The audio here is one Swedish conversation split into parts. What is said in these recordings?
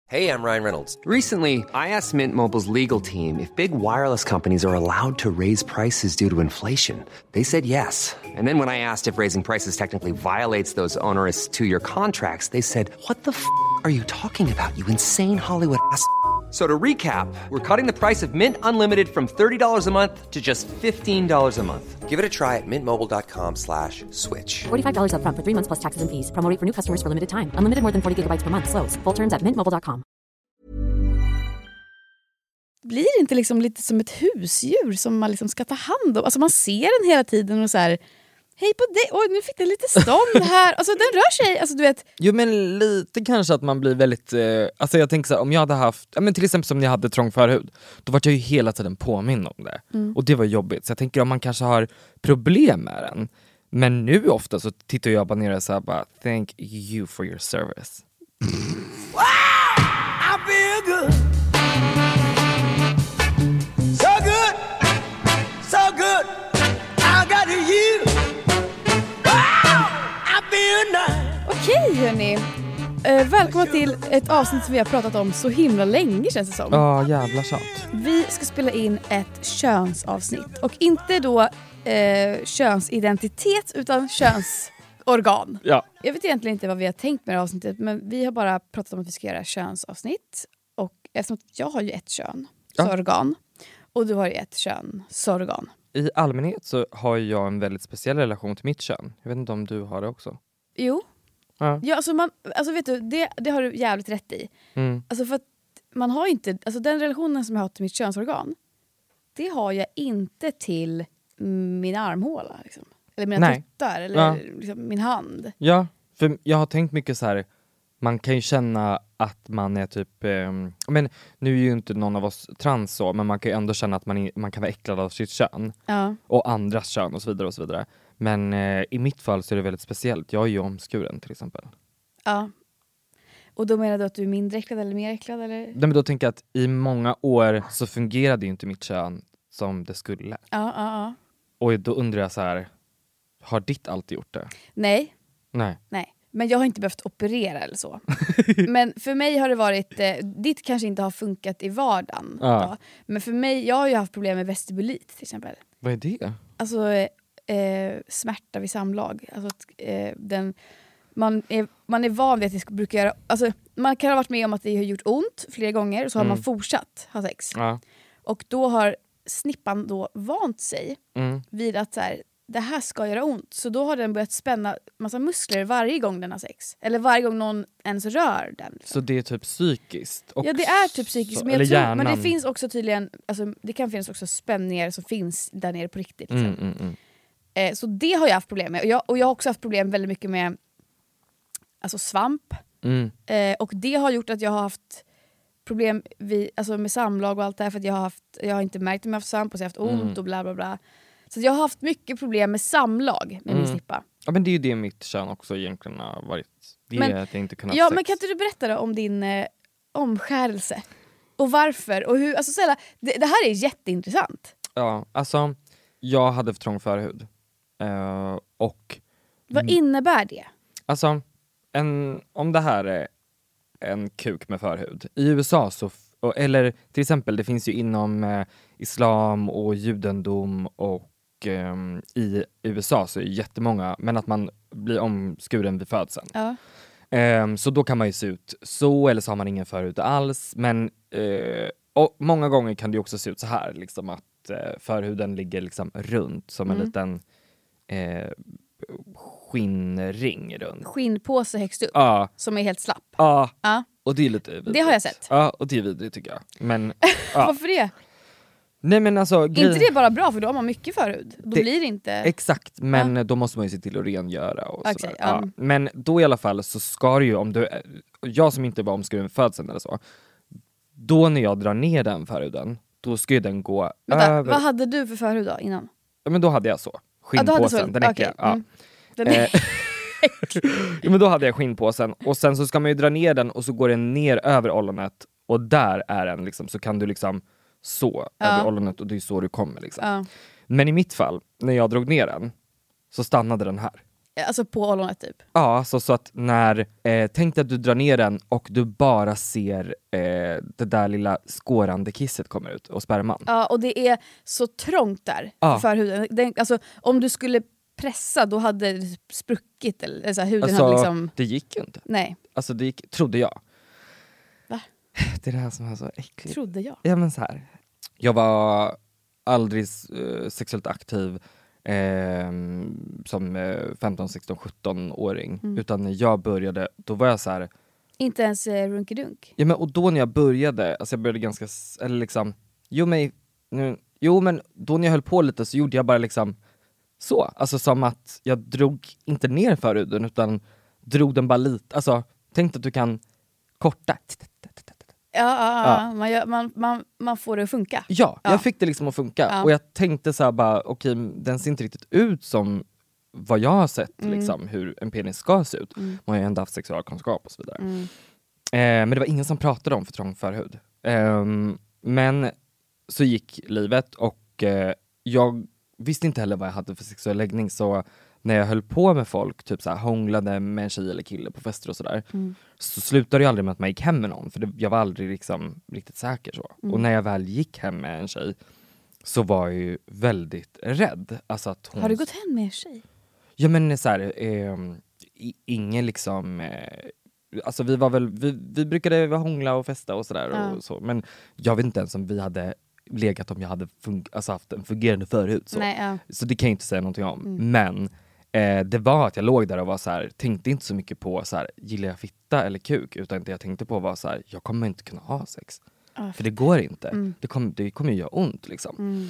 Hey, I'm Ryan Reynolds. Recently, I asked Mint Mobile's legal team if big wireless companies are allowed to raise prices due to inflation. They said yes. And then when I asked if raising prices technically violates those onerous two-year contracts, they said, "What the are you talking about, you insane Hollywood ass?" So to recap, we're cutting the price of Mint Unlimited from $30 a month to just $15 a month. Give it a try at mintmobile.com/switch. $45 up front for 3 months plus taxes and fees. Promo rate for new customers for limited time. Unlimited more than 40 gigabytes per month. Slows full terms at mintmobile.com. Blir det inte liksom lite som ett husdjur som man liksom ska ta hand om? Alltså man ser den hela tiden och så här... Hej på dig, oj nu fick den lite stånd här. Alltså den rör sig, alltså du vet. Jo men lite kanske att man blir väldigt alltså jag tänker så här, om jag hade haft, ja men till exempel som jag hade trång förhud, då var jag ju hela tiden påminn om det. Och det var jobbigt, så jag tänker om man kanske har problem med den. Men nu ofta så tittar jag bara ner och så här, bara, thank you for your service. Wow, I feel good. So good, so good. I got you. Okej hörni, välkomna till ett avsnitt som vi har pratat om så himla länge känns det som. Ja, jävla sant. Vi ska spela in ett könsavsnitt. Och inte då könsidentitet utan könsorgan. Ja. Jag vet egentligen inte vad vi har tänkt med det här avsnittet, men vi har bara pratat om att vi ska göra könsavsnitt. Och eftersom jag har ju ett kön, så organ. Och du har ju ett kön, sorgan. I allmänhet så har jag en väldigt speciell relation till mitt kön. Jag vet inte om du har det också. Jo. Ja. Ja, alltså vet du, det har du jävligt rätt i. Alltså för att man har inte, alltså den relationen som jag har till mitt könsorgan, det har jag inte till min armhåla liksom. Eller mina tuttar eller liksom min hand. Ja, för jag har tänkt mycket så här. Man kan ju känna att man är typ men nu är ju inte någon av oss trans så, men man kan ju ändå känna att man kan vara äcklad av sitt kön. Ja. Och andras kön och så vidare och så vidare. Men i mitt fall så är det väldigt speciellt. Jag är ju omskuren till exempel. Ja. Och då menar du att du är mindre äcklad eller mer äcklad eller? Nej, men då tänker jag att i många år så fungerade ju inte mitt kön som det skulle. Ja. Och då undrar jag så här, har ditt alltid gjort det? Nej. Nej. Men jag har inte behövt operera eller så. Men för mig har det varit... ditt kanske inte har funkat i vardagen. Då. Men för mig, jag har ju haft problem med vestibulit till exempel. Vad är det? Alltså smärta vid samlag. Alltså att, man är van vid att det brukar göra... Alltså, man kan ha varit med om att det har gjort ont flera gånger. Och så har man fortsatt ha sex. Ja. Och då har snippan då vant sig vid att så här, det här ska göra ont. Så då har den börjat spänna massa muskler varje gång den har sex. Eller varje gång någon ens rör den. Liksom. Så det är typ psykiskt? Ja, det är typ psykiskt. Men, men det finns också tydligen... Alltså, det kan finnas också spänningar som finns där nere på riktigt. Liksom. Så det har jag haft problem med. Och jag har också haft problem väldigt mycket med alltså svamp. Och det har gjort att jag har haft problem med samlag och allt det här. För att jag har inte märkt om jag har haft svamp och så har jag haft ont och bla bla bla. Så jag har haft mycket problem med samlag med min snippa. Ja, men det är ju det mitt kön också egentligen har varit. Det är att jag inte kunnat sex. Men kan inte du berätta då om din omskärelse? Och varför? Och hur, alltså Sella, det här är jätteintressant. Ja, alltså jag hade för trång förhud. Och vad innebär det? Alltså, om det här är en kuk med förhud. I USA så, eller till exempel det finns ju inom islam och judendom och i USA så är det jättemånga, men att man blir omskuren vid födseln. Ja. Så då kan man ju se ut så, eller så har man ingen förhud alls. Men och många gånger kan det också se ut så här, liksom att förhuden ligger liksom runt som en liten skinnring runt. Skinnpåse högst upp, som är helt slapp. Ja. Och det är lite vidrigt. Det har jag sett. Ja, och det är vidrigt tycker jag. Men, varför det? Nej, men alltså, inte det är bara bra, för då har man mycket förhud. Då blir det inte... Exakt, men då måste man ju se till att rengöra och sådär. Men då i alla fall så ska det ju, om du... Jag som inte var omskuren vid födseln eller så, då när jag drar ner den förhuden, då ska ju den gå över... Vad hade du för förhud då innan? Ja, men då hade jag så. Skinnpåsen, den äckliga. Okay. Ja, men då hade jag skinnpåsen. Och sen så ska man ju dra ner den och så går den ner över ollonet. Och där är den liksom, så kan du liksom så över ollonet och det är så du kommer liksom. Men i mitt fall, när jag drog ner den, så stannade den här. Alltså på ollonet typ? Ja, alltså så att när, tänk dig att du drar ner den och du bara ser det där lilla skårande kisset kommer ut och sperman. Ja, och det är så trångt där på förhuden. Alltså om du skulle pressa då hade det spruckit eller så här, huden alltså, hade liksom... det gick ju inte. Nej. Alltså det gick, trodde jag. Va? Det är det här som är så äckligt. Trodde jag? Ja men så här. Jag var aldrig sexuellt aktiv som 15, 16, 17-åring. Utan när jag började, då var jag så här. Inte ens runkedunk? Ja men och då när jag började ganska, eller liksom, jo men då när jag höll på lite så gjorde jag bara liksom så, alltså som att jag drog inte ner förhuden utan drog den bara lite, alltså tänk att du kan korta. Ja. Man får det att funka. Ja, jag fick det liksom att funka och jag tänkte så här bara, okej, den ser inte riktigt ut som vad jag har sett liksom, hur en penis ska se ut. Man har ju ändå haft sexualkunskap och så vidare. Men det var ingen som pratade om för trång förhud. Men så gick livet och jag visste inte heller vad jag hade för sexuell läggning, så när jag höll på med folk, typ så här, hånglade med en tjej eller kille på fester och sådär, så slutade det aldrig med att man gick hem med någon, för jag var aldrig liksom riktigt säker så. Och när jag väl gick hem med en tjej så var jag ju väldigt rädd. Alltså att hon... Har du gått hem med en tjej? Ja men så här, ingen liksom... alltså vi var väl, vi brukade hångla och festa och sådär och så, men jag vet inte ens om vi hade legat om jag hade haft en fungerande förhud så. Nej, så det kan jag inte säga någonting om. Men det var att jag låg där och var så här, tänkte inte så mycket på så här, gillar jag fitta eller kuk, utan det jag tänkte på var så här, jag kommer inte kunna ha sex. För det går inte. Det kommer ju göra ont liksom.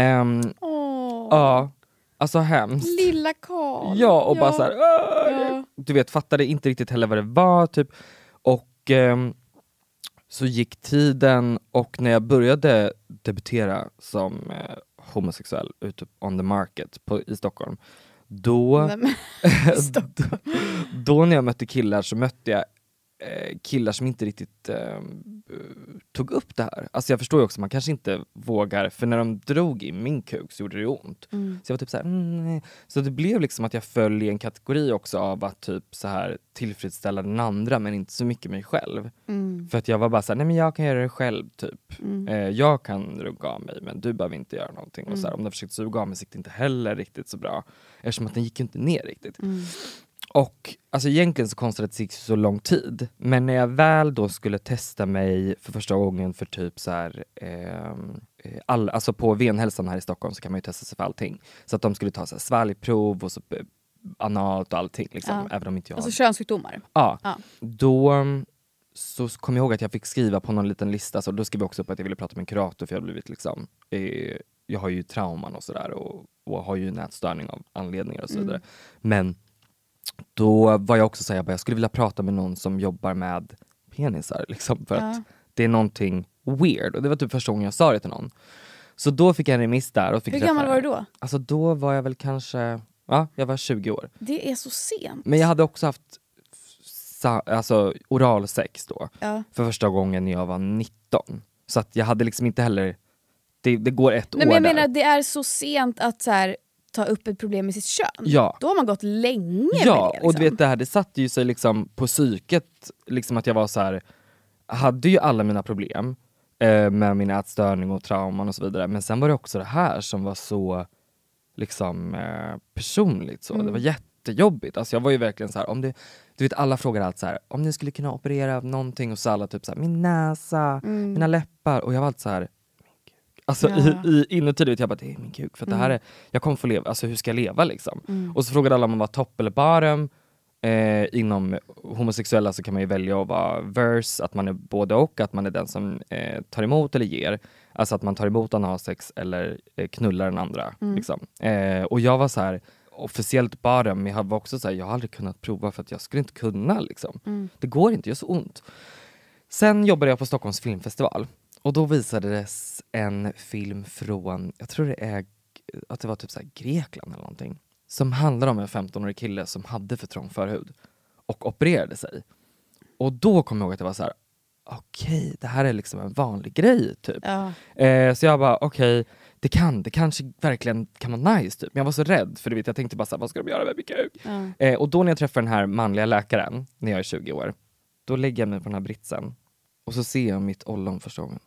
Ja, alltså hemskt. Lilla Karl. Ja, och bara så här, du vet, fattade inte riktigt heller vad det var typ. Och så gick tiden, och när jag började debutera som homosexuell ute on the market i Stockholm, då då när jag mötte killar så mötte jag killar som inte riktigt tog upp det här. Alltså jag förstår ju också, man kanske inte vågar, för när de drog i min kuk så gjorde det ont. Så jag var typ så här, så det blev liksom att jag föll i en kategori också av att typ så här tillfredsställa den andra, men inte så mycket mig själv. För att jag var bara så här, nej men jag kan göra det själv typ. Jag kan rugga av mig, men du behöver inte göra någonting. Och så här, om du försökte suga av mig så gick det inte heller riktigt så bra, eftersom att den gick inte ner riktigt. Och alltså egentligen så konstigt att det gick så lång tid. Men när jag väl då skulle testa mig för första gången för typ så här, alltså på Venhälsan här i Stockholm så kan man ju testa sig för allting. Så att de skulle ta så här svalgprov och så analt och allting liksom, även om inte jag... Alltså könssjukdomar. Ja. Då så kom jag ihåg att jag fick skriva på någon liten lista, så då skrev jag också upp att jag ville prata med en kurator, för jag har blivit liksom... jag har ju trauman och sådär och har ju nätstörning av anledningar och så vidare. Men då var jag också så här, jag skulle vilja prata med någon som jobbar med penisar liksom, för att det är någonting weird, och det var typ första gången jag sa det till någon. Så då fick jag en remiss där och fick. Hur gammal var du då? Alltså då var jag väl kanske, jag var 20 år. Det är så sent. Men jag hade också haft oralsex då för första gången när jag var 19. Så att jag hade liksom inte heller, det går ett år där. Men jag menar, det är så sent att så här, ta upp ett problem med sitt kön. Ja. Då har man gått länge med det. Liksom. Och du vet, det här, det satte ju sig liksom på psyket, liksom att jag var så här, hade ju alla mina problem med min ätstörning och trauman och så vidare, men sen var det också det här som var så liksom personligt så. Det var jättejobbigt. Alltså jag var ju verkligen så här, om det, du vet, alla frågar allt så här, om ni skulle kunna operera någonting, och så alla typ så här, min näsa, mina läppar, och jag var alltid så här, alltså inuti vet jag bara, det är min kuk, för att det här är, jag kommer få leva, alltså hur ska jag leva liksom? Och så frågade alla om man var topp eller bottom. Inom homosexuella så kan man ju välja att vara verse, att man är både och, att man är den som tar emot eller ger, alltså att man tar emot analsex eller knullar den andra liksom. Och jag var så här officiellt bottom, men jag var också så här, jag har aldrig kunnat prova för att jag skulle inte kunna liksom. Det går inte, det gör så ont. Sen jobbade jag på Stockholms filmfestival. Och då visades en film från, jag tror det är att det var typ så här Grekland eller någonting, som handlar om en 15-årig kille som hade för trång förhud och opererade sig. Och då kom jag ihåg att det var så här, okej, det här är liksom en vanlig grej typ. Så jag bara, okej, det kanske verkligen kan vara nice typ. Men jag var så rädd, för du vet, jag tänkte bara så här, vad ska de göra med min kuk? Och då när jag träffar den här manliga läkaren, när jag är 20 år, då lägger jag mig på den här britsen och så ser jag mitt ollon första gången.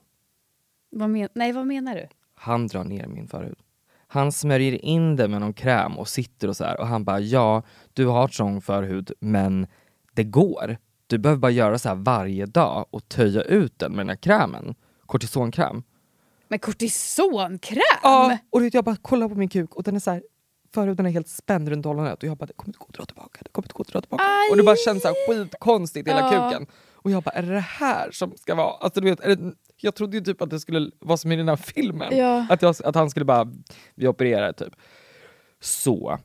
Vad menar du? Han drar ner min förhud. Han smörjer in det med någon kräm och sitter och så här. Och han bara, ja, du har trång förhud, men det går. Du behöver bara göra så här varje dag och töja ut den med den här krämen. Kortisonkräm. Men kortisonkräm? Ja, och jag bara kollar på min kuk och den är så här, förhuden är helt spänd runt ollonet. Och jag bara, det kommer inte gå att dra tillbaka. Aj. Och det bara känns så här skitkonstigt i hela kuken. Och jag bara, är det här som ska vara? Alltså du vet, jag trodde ju typ att det skulle vara som i den här filmen. Ja. Att han skulle bara, vi opererar typ. Så,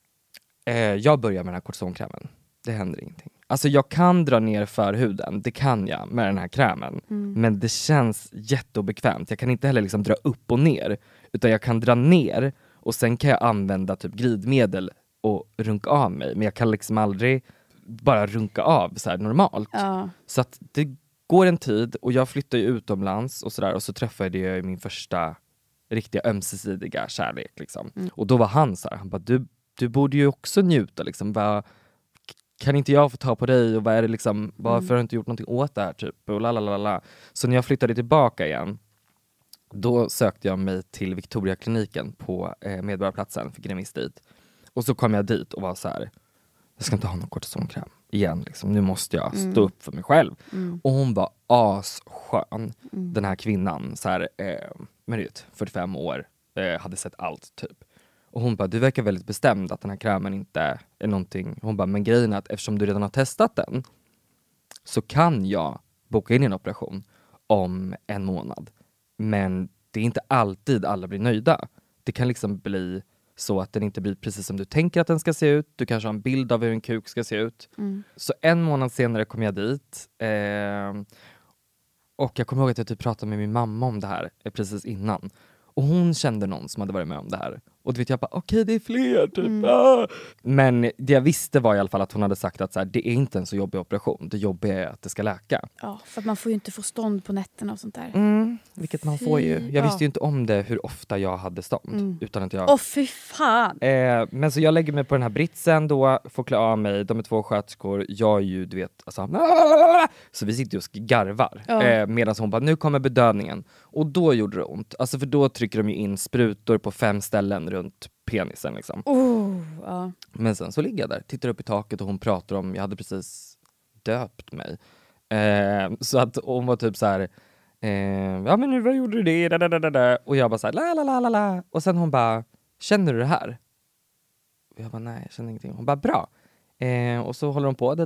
jag börjar med den här kortisonkrämen. Det händer ingenting. Alltså jag kan dra ner förhuden, det kan jag med den här krämen. Men det känns jätteobekvämt. Jag kan inte heller liksom dra upp och ner. Utan jag kan dra ner och sen kan jag använda typ glidmedel och runka av mig. Men jag kan liksom aldrig bara runka av så här normalt. Så att det går en tid och jag flyttar ju utomlands och sådär. Och så träffade jag min första riktiga ömsesidiga kärlek liksom. Och då var han så här, han bara, du borde ju också njuta liksom. Bara, kan inte jag få ta på dig och vad är det liksom, varför har du inte gjort någonting åt det här typ, och lalalala. Så när jag flyttade tillbaka igen, då sökte jag mig till Victoriakliniken på Medborgarplatsen, fick en remiss dit. Och så kom jag dit och var så här, jag ska inte ha någon kortisonkräm igen liksom. Nu måste jag stå upp för mig själv. Och hon var asskön, den här kvinnan så här, men det 45 år, hade sett allt typ. Och hon bara, du verkar väldigt bestämd att den här krämen inte är någonting. Hon bara, men grejen är att eftersom du redan har testat den så kan jag boka in en operation om 1 månad. Men det är inte alltid alla blir nöjda. Det kan liksom bli så att den inte blir precis som du tänker att den ska se ut. Du kanske har en bild av hur en kuk ska se ut. Så 1 månad senare kom jag dit. Och jag kommer ihåg att jag typ pratade med min mamma om det här precis innan. Och hon kände någon som hade varit med om det här. Och du vet, jag bara, okej, det är fler typ. Men det jag visste var i alla fall att hon hade sagt att så här, det är inte en så jobbig operation. Det jobbiga är att det ska läka. Ja, för att man får ju inte få stånd på nätterna och sånt där. Vilket man får ju. Jag visste ju inte om det, hur ofta jag hade stånd. Utan att jag... Fy fan! Men så jag lägger mig på den här britsen då, får klä av mig. De är 2 sköterskor. Jag är ju, du vet, alltså... Så vi sitter och garvar. Medan hon bara, nu kommer bedövningen. Och då gjorde det ont. Alltså för då trycker de ju in sprutor på 5 ställen runt penisen liksom. Men sen så ligger jag där, tittar upp i taket och hon pratar om, jag hade precis döpt mig. Så att hon var typ så här, ja men nu vad gjorde du det? Och jag bara så här, la. Och sen hon bara, känner du det här? Och jag bara, nej, jag känner ingenting. Hon bara, bra. Och så håller hon på.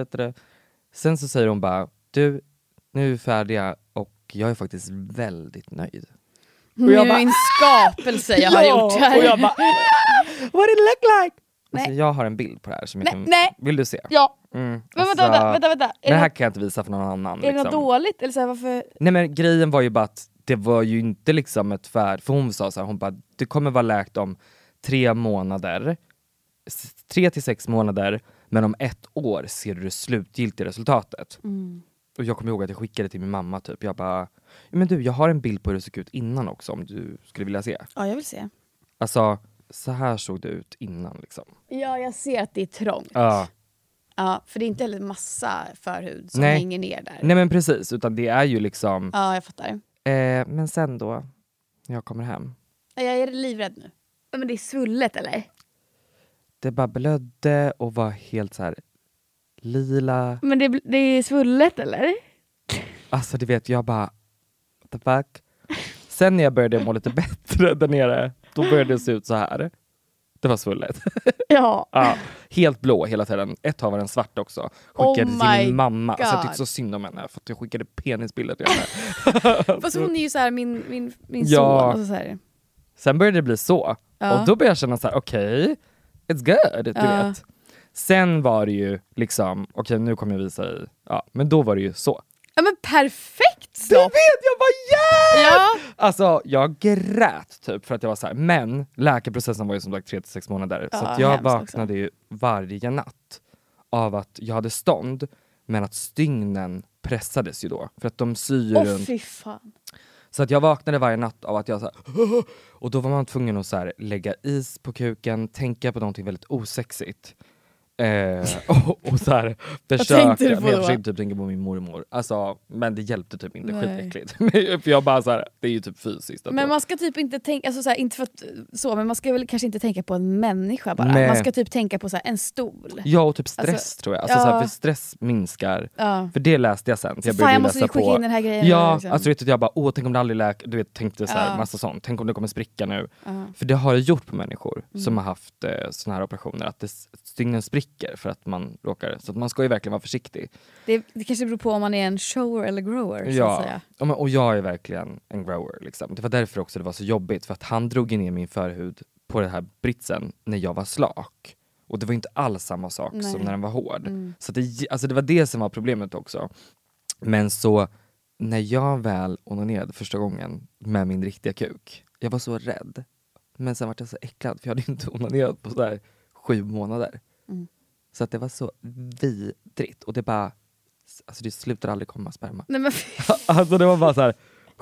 Sen så säger hon bara, du, nu är vi färdiga och jag är faktiskt väldigt nöjd. Och jag bara, en skapelse jag har gjort här. Och jag bara, what it look like? Alltså, jag har en bild på det här som jag kan... Vill du se? Ja. Men vänta. Det här kan jag inte visa för någon annan. Är det något dåligt? Eller så här, varför? Nej men grejen var ju bara att det var ju inte liksom ett färd. För hon sa så här, hon bara, det kommer vara läkt om 3 månader. 3 till 6 månader. Men om 1 år ser du det slutgiltiga resultatet. Och jag kommer ihåg att jag skickade till min mamma typ. Jag bara, men du, jag har en bild på hur det såg ut innan också, om du skulle vilja se. Ja, jag vill se. Alltså, så här såg det ut innan liksom. Ja, jag ser att det är trångt. Ja, för det är inte heller massa förhud som hänger ner där. Nej men precis, utan det är ju liksom... Ja, jag fattar. Men sen då, när jag kommer hem. Jag är livrädd nu. Men det är svullet eller? Det bara blödde och var helt så här lila. Men det är svullet eller? Alltså du vet, jag bara, what the fuck? Sen när jag började må lite bättre där nere, då började det se ut så här. Det var svullet. Ja. Helt blå hela tiden. Ett tag var den svart också. Skickade till min mamma. Så jag tyckte så synd om henne. För att jag skickade penisbilder till henne. Fast hon är ju så här min son. Och så här. Sen började det bli så. Och då började jag känna så här, okej, it's good, du vet. Sen var det ju liksom, okej, nu kommer jag visa dig. Ja, men då var det ju så. Ja men perfekt så. Du vet, jag var Alltså jag grät typ för att jag var så här. Men läkarprocessen var ju som sagt 3 till 6 månader. Så att jag vaknade ju varje natt av att jag hade stånd, men att stygnen pressades ju då. För att de syr runt. Fy fan. Så att jag vaknade varje natt av att jag så här, och då var man tvungen att så här, lägga is på kuken, tänka på någonting väldigt osexigt. Och så här, försöka typ tänka på min mormor. Alltså, men det hjälpte typ inte. Skitäckligt. För jag bara så här, det är ju typ fysiskt. Men man ska typ inte tänka, alltså så här, inte för att, så, men man ska väl kanske inte tänka på en människa bara. Nej. Man ska typ tänka på så här, en stol. Ja, och typ stress tror jag. Alltså, så här, för stress minskar. För det läste jag sen. Jag måste skicka in den här grejen. Ja, liksom. Alltså vet du, jag bara, tänk om det aldrig läker. Du vet, tänkte så här, massa sånt. Tänk om det kommer spricka nu. För det har det gjort på människor som har haft såna här operationer. Att stygnen spricker för att man råkar. Så att man ska ju verkligen vara försiktig. Det kanske beror på om man är en shower eller grower. Så att säga. Och jag är verkligen en grower. Liksom. Det var därför också det var så jobbigt. För att han drog ner min förhud på den här britsen när jag var slak. Och det var inte alls samma sak som när den var hård. Så det var det som var problemet också. Men så när jag väl onanerade första gången med min riktiga kuk. Jag var så rädd. Men sen var jag så äcklad. För jag hade inte onanerat på så här 7 månader. Så att det var så vidrigt. Och det bara, alltså det slutar aldrig komma sperma. Nej, men alltså det var bara så här.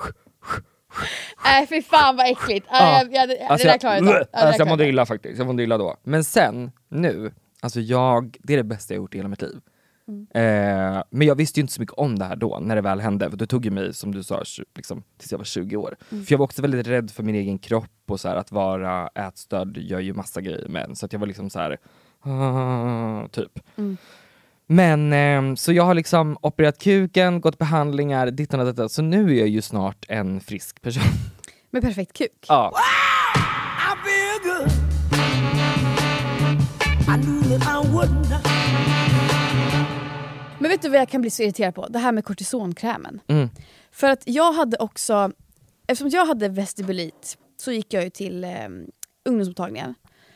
Nej fy fan vad äckligt. Alltså, det där klarar jag inte. Jag mådde illa faktiskt. Jag mådde illa då. Men sen, nu, alltså det är det bästa jag gjort i hela mitt liv. Men jag visste ju inte så mycket om det här då, när det väl hände. För det tog ju mig, som du sa, liksom, tills jag var 20 år. För jag var också väldigt rädd för min egen kropp. Och så här, att vara ätstörd gör ju massa grejer med en. Så att jag var liksom så här, typ. Men så jag har liksom opererat kuken, gått behandlingar, dittan och detta. Så nu är jag ju snart en frisk person. Med perfekt kuk. Ja. Wow, I feel good. I knew that I wouldn't. Men vet du vad jag kan bli så irriterad på? Det här med kortisonkrämen. För att jag hade också, eftersom jag hade vestibulit, så gick jag ju till ungdomsmottagningen.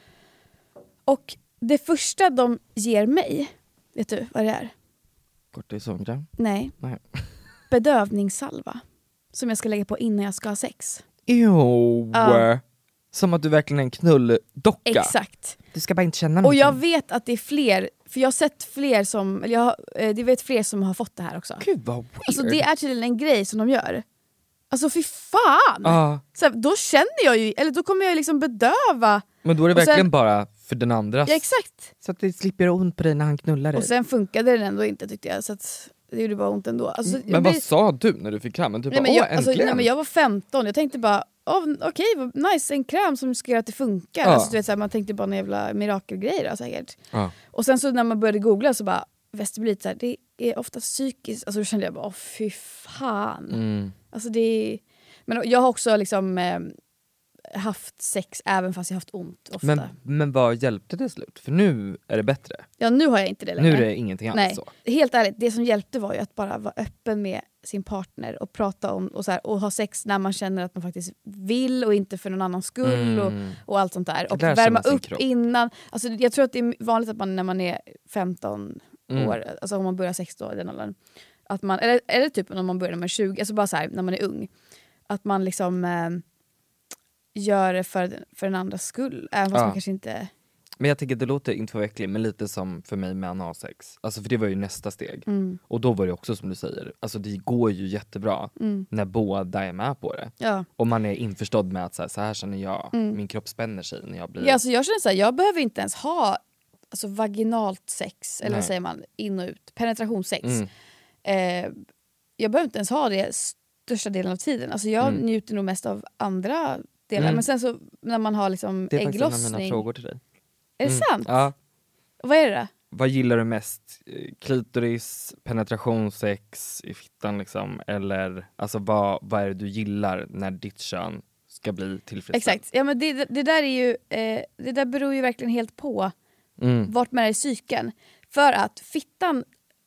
Och det första de ger mig, vet du vad det är? Kortisonkräm? Nej. Bedövningssalva. Som jag ska lägga på innan jag ska ha sex. Jo. Som att du verkligen är en knulldocka. Exakt. Du ska bara inte känna någonting. Och jag vet att det är fler, för jag har sett fler som, eller det vet fler som har fått det här också. Gud vad weird. Alltså det är tydligen en grej som de gör. Alltså fy fan! Så då känner jag ju, eller då kommer jag liksom bedöva. Men då är det verkligen bara för den andra. Ja exakt. Så att det slipper ont på dig när han knullar dig. Och sen funkade den ändå inte tyckte jag, så att det gjorde bara ont ändå. Alltså, men vad sa du när du fick krämen? Du bara, nej, men jag var 15, jag tänkte bara okej, nice, en kräm som ska göra att det funkar. Alltså, du vet, så här, man tänkte bara en jävla mirakelgrej då, säkert. Och sen så när man började googla så bara, vestibulit så här, det är ofta psykiskt. Alltså då kände jag bara, fy fan. Alltså det är... Men jag har också liksom haft sex även fast jag haft ont ofta. Men vad hjälpte det slut? För nu är det bättre. Ja, nu har jag inte det längre. Nu är det ingenting alls. Nej. Så. Helt ärligt, det som hjälpte var ju att bara vara öppen med sin partner och prata om och, så här, och ha sex när man känner att man faktiskt vill och inte för någon annans skull och allt sånt där. Och värma upp innan. Alltså, jag tror att det är vanligt att man när man är 15 år, alltså om man börjar sex då i den åldern, att man, eller typ när man börjar när man är 20, alltså bara så här, när man är ung, att man liksom gör det för den andras skull, även fast man kanske inte... Men jag tänker att det låter inte för verkligt, men lite som för mig med analsex. Alltså för det var ju nästa steg. Och då var det också som du säger, alltså det går ju jättebra när båda är med på det. Ja. Och man är införstådd med att så här känner jag, min kropp spänner sig när jag blir... Ja, alltså jag känner så här, jag behöver inte ens ha alltså vaginalt sex, eller vad säger man, in och ut, penetrationssex. Jag behöver inte ens ha det största delen av tiden. Alltså jag njuter nog mest av andra delar. Men sen så när man har liksom ägglossning... Det är faktiskt en av mina frågor till dig. Är det sant? Ja. Vad är det då? Vad gillar du mest? Klitoris, penetrationssex i fittan liksom? Eller alltså vad är det du gillar när ditt kön ska bli tillfredsställt? Exakt. Ja, men det där är ju det där beror ju verkligen helt på vart man är i cykeln. För att fittan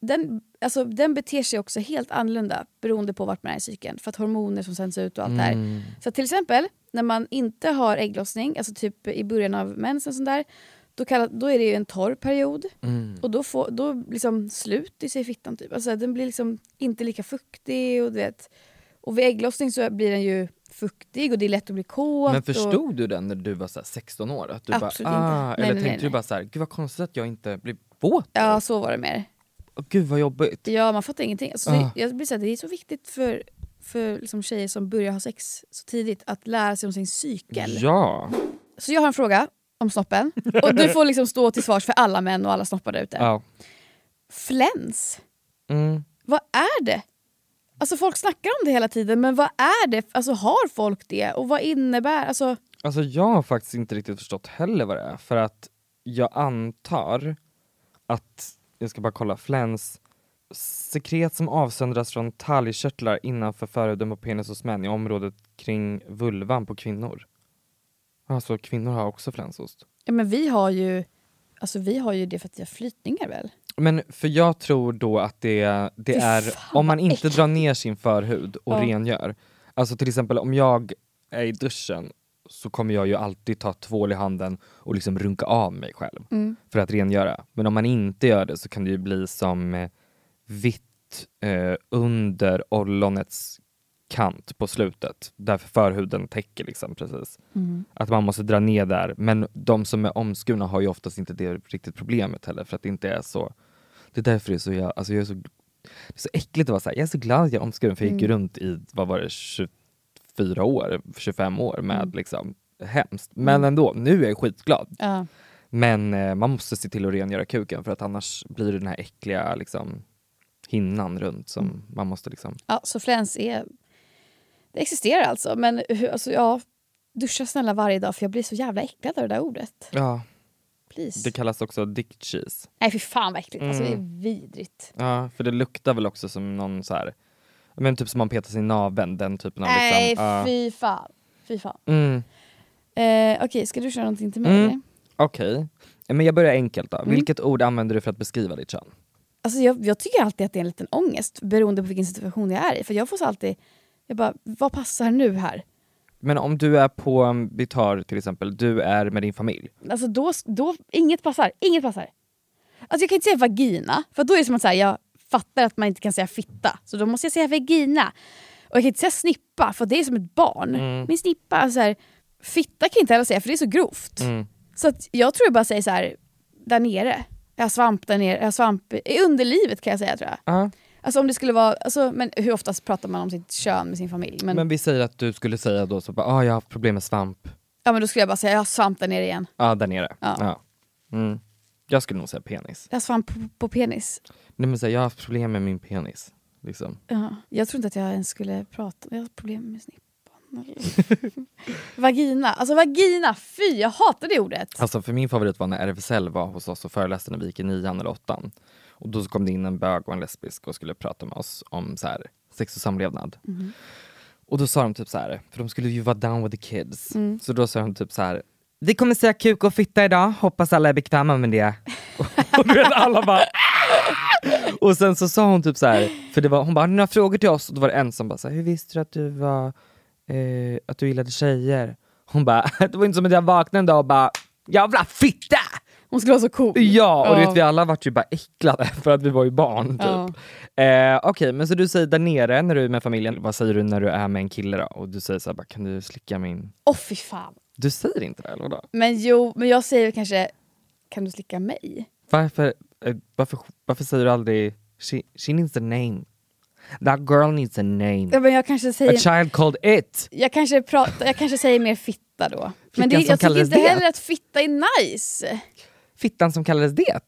den beter sig också helt annorlunda beroende på vart man är i cykeln. För att hormoner som sänds ut och allt det här. Så till exempel när man inte har ägglossning, alltså typ i början av mensen sånt där, då är det ju en torr period. Och då liksom slut i sig fittan typ. Alltså den blir liksom inte lika fuktig och du vet. Och vid ägglossning så blir den ju fuktig och det är lätt att bli kåt. Men förstod du den när du var så här 16 år? Att du absolut bara, inte. Eller nej, tänkte du bara så här, gud vad konstigt att jag inte blir våt? Ja, så var det mer. Gud vad jobbigt. Ja, man fattar ingenting. Alltså, jag blir så här, det är så viktigt för för liksom tjejer som börjar ha sex så tidigt att lära sig om sin cykel. Ja. Så jag har en fråga om snoppen. Och du får liksom stå till svars för alla män och alla snoppar där ute. Ja. Fläns. Vad är det? Alltså folk snackar om det hela tiden, men vad är det? Alltså har folk det? Och vad innebär? Alltså jag har faktiskt inte riktigt förstått heller vad det är. För att jag antar att, jag ska bara kolla, fläns, sekret som avsöndras från talgkörtlar innanför förhuden på penis hos män i området kring vulvan på kvinnor. Alltså kvinnor har också flänsost. Ja, men vi har ju det för att vi har flytningar väl? Men för jag tror då att det är om man inte drar ner sin förhud och rengör. Alltså till exempel om jag är i duschen så kommer jag ju alltid ta tvål i handen och liksom runka av mig själv för att rengöra. Men om man inte gör det så kan det ju bli som vitt under ollonets kant på slutet. Därför förhuden täcker liksom precis. Att man måste dra ner där. Men de som är omskurna har ju oftast inte det riktigt problemet heller. För att det inte är så. Det är därför det är så det är så äckligt att vara så här. Jag är så glad att jag är omskuren för jag gick runt i, vad var det, 24 år, 25 år med liksom hemskt. Men ändå, nu är jag skitglad. Men man måste se till att rengöra kuken för att annars blir det den här äckliga liksom hinnan runt som man måste liksom. Ja, så fläns det existerar alltså, men duscha snälla varje dag för jag blir så jävla äcklad av det där ordet. Ja. Please. Det kallas också dick cheese. Nej, för fan vad äckligt. Alltså det är vidrigt. Ja, för det luktar väl också som någon så här, men typ som man petar sin naveln, den typen av nej, liksom. Fy fan. Okej, ska du köra någonting till mig? Okej. Men jag börjar enkelt då. Vilket ord använder du för att beskriva ditt kön? Alltså jag tycker alltid att det är en liten ångest beroende på vilken situation jag är i. För jag får så alltid, jag bara, vad passar nu här? Men om du är på, vi tar till exempel, du är med din familj. Alltså då inget passar. Alltså jag kan inte säga vagina, för då är det som att säga, jag fattar att man inte kan säga fitta. Så då måste jag säga vagina. Och jag kan inte säga snippa, för det är som ett barn. Min snippa, alltså här, fitta kan jag inte heller säga, för det är så grovt. Så att jag tror jag bara säger så här, där nere. Jag har svamp där nere, jag har svamp i underlivet kan jag säga, tror jag. Alltså om det skulle vara, alltså, men hur oftast pratar man om sitt kön med sin familj? Men vi säger att du skulle säga då så bara, jag har haft problem med svamp. Ja, men då skulle jag bara säga, jag har svamp där nere igen. Ja, där nere. Ja. Jag skulle nog säga penis. Jag har svamp på penis. Nej, men så här, jag har haft problem med min penis. Liksom. Ja, jag tror inte att jag ens skulle prata, jag har problem med snippan. Vagina, alltså vagina, fy, jag hatar det ordet. Alltså för min favorit var när RFSL var hos oss och föreläste när vi gick i 9:an eller 8:an. Och då kom det in en bög och en lesbisk och skulle prata med oss om så här, sex och samlevnad. Och då sa de typ så här, för de skulle ju vara down with the kids. Så då sa de typ så här, vi kommer säga kuk och fitta idag, hoppas alla är bekväma med det. Och du vet, alla bara och sen så sa hon typ så här, för det var, hon bara, några frågor till oss. Och då var det en som bara så här, hur visste du att du var att du gillade tjejer? Hon bara, det var inte som att jag vaknade en dag och bara, jävla fitta! Hon skulle vara så cool. Ja, och vet, vi alla vart ju bara äcklade för att vi var ju barn typ. Okej, men så du säger där nere när du är med familjen, vad säger du när du är med en kille då? Och du säger så här, bara, kan du slicka min... Fy fan. Du säger inte det, eller vadå? Men jag säger kanske, kan du slicka mig? Varför säger du aldrig, she needs a name? That girl needs a name. Ja, men jag kanske säger, a child called it. Jag kanske säger mer fitta då. Men jag tycker inte heller att fitta är nice. Fittan som kallades det.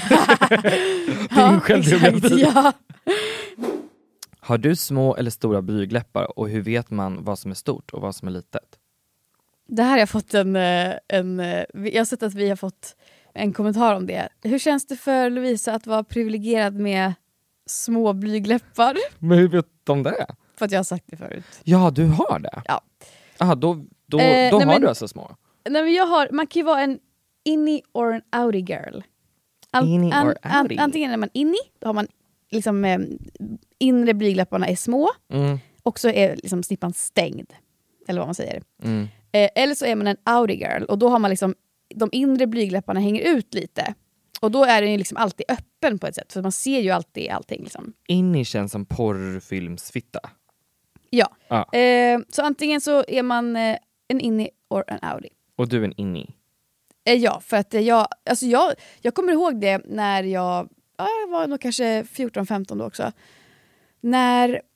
Ja, exakt, ja. Har du små eller stora blygläppar och hur vet man vad som är stort och vad som är litet? Det här har jag fått jag har sett att vi har fått en kommentar om det. Hur känns det för Lovisa att vara privilegierad med små blygläppar? Men hur vet de det? För att jag har sagt det förut. Ja, du har det? Ja. Aha, då har du alltså små? Nej, men man kan ju vara en innie or an outie girl. Antingen är man innie, då har man liksom inre blygläpparna är små och så är liksom snippan stängd. Eller vad man säger. Eller så är man en outie girl och då har man liksom de inre blygläpparna hänger ut lite. Och då är den ju liksom alltid öppen på ett sätt. För man ser ju alltid allting. Liksom. Innie känns som porrfilmsfitta. Ja. Så antingen så är man en innie or en outie. Och du är en innie? Ja, för att jag kommer ihåg det när jag var nog kanske 14-15 då också. När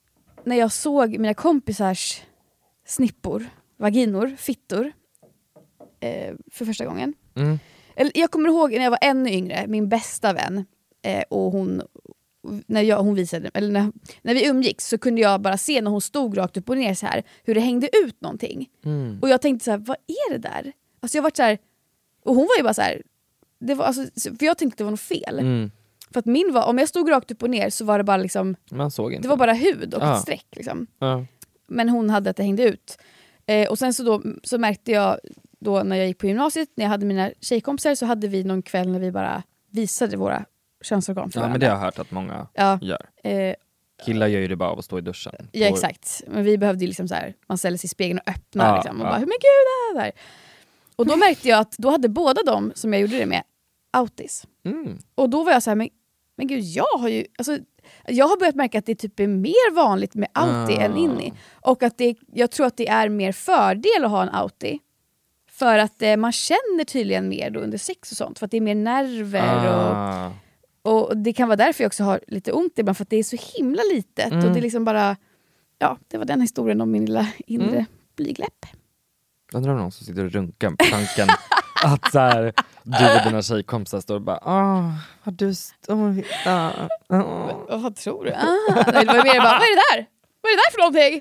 när jag såg mina kompisars snippor, vaginor, fittor för första gången. Jag kommer ihåg när jag var ännu yngre, min bästa vän och hon hon visade, eller när vi umgicks så kunde jag bara se när hon stod rakt upp och ner så här, hur det hängde ut någonting. Och jag tänkte så här, vad är det där? Alltså jag var så här, och hon var ju bara så här, det var, alltså, för jag tänkte det var något fel. För att min var, om jag stod rakt upp och ner så var det bara liksom, man såg inte. Det var bara hud och ett streck liksom. Men hon hade att det hängde ut. Och sen så märkte jag då när jag gick på gymnasiet, när jag hade mina tjejkompisar, så hade vi någon kväll när vi bara visade våra könsorgan för varandra. Men det har jag hört att många gör. Killar gör ju det bara av att stå i duschen. Ja, exakt. Men vi behövde ju liksom så här, man ställer sig i spegeln och öppnar liksom, och bara, men gud, det här. Och då märkte jag att då hade båda de som jag gjorde det med autis. Och då var jag så här, men gud, jag har börjat märka att det typ är mer vanligt med auti än inni. Och att jag tror att det är mer fördel att ha en auti. För att man känner tydligen mer då under sex och sånt. För att det är mer nerver och det kan vara därför jag också har lite ont ibland. För att det är så himla litet. Och det är liksom bara, det var den historien om min lilla inre blygläpp. Undrar om någon som sitter och runkar på tanken att så här, du och dina tjejkompisar står och bara har du vad tror du? Det var mer bara, vad är det där? Vad är det där för någonting?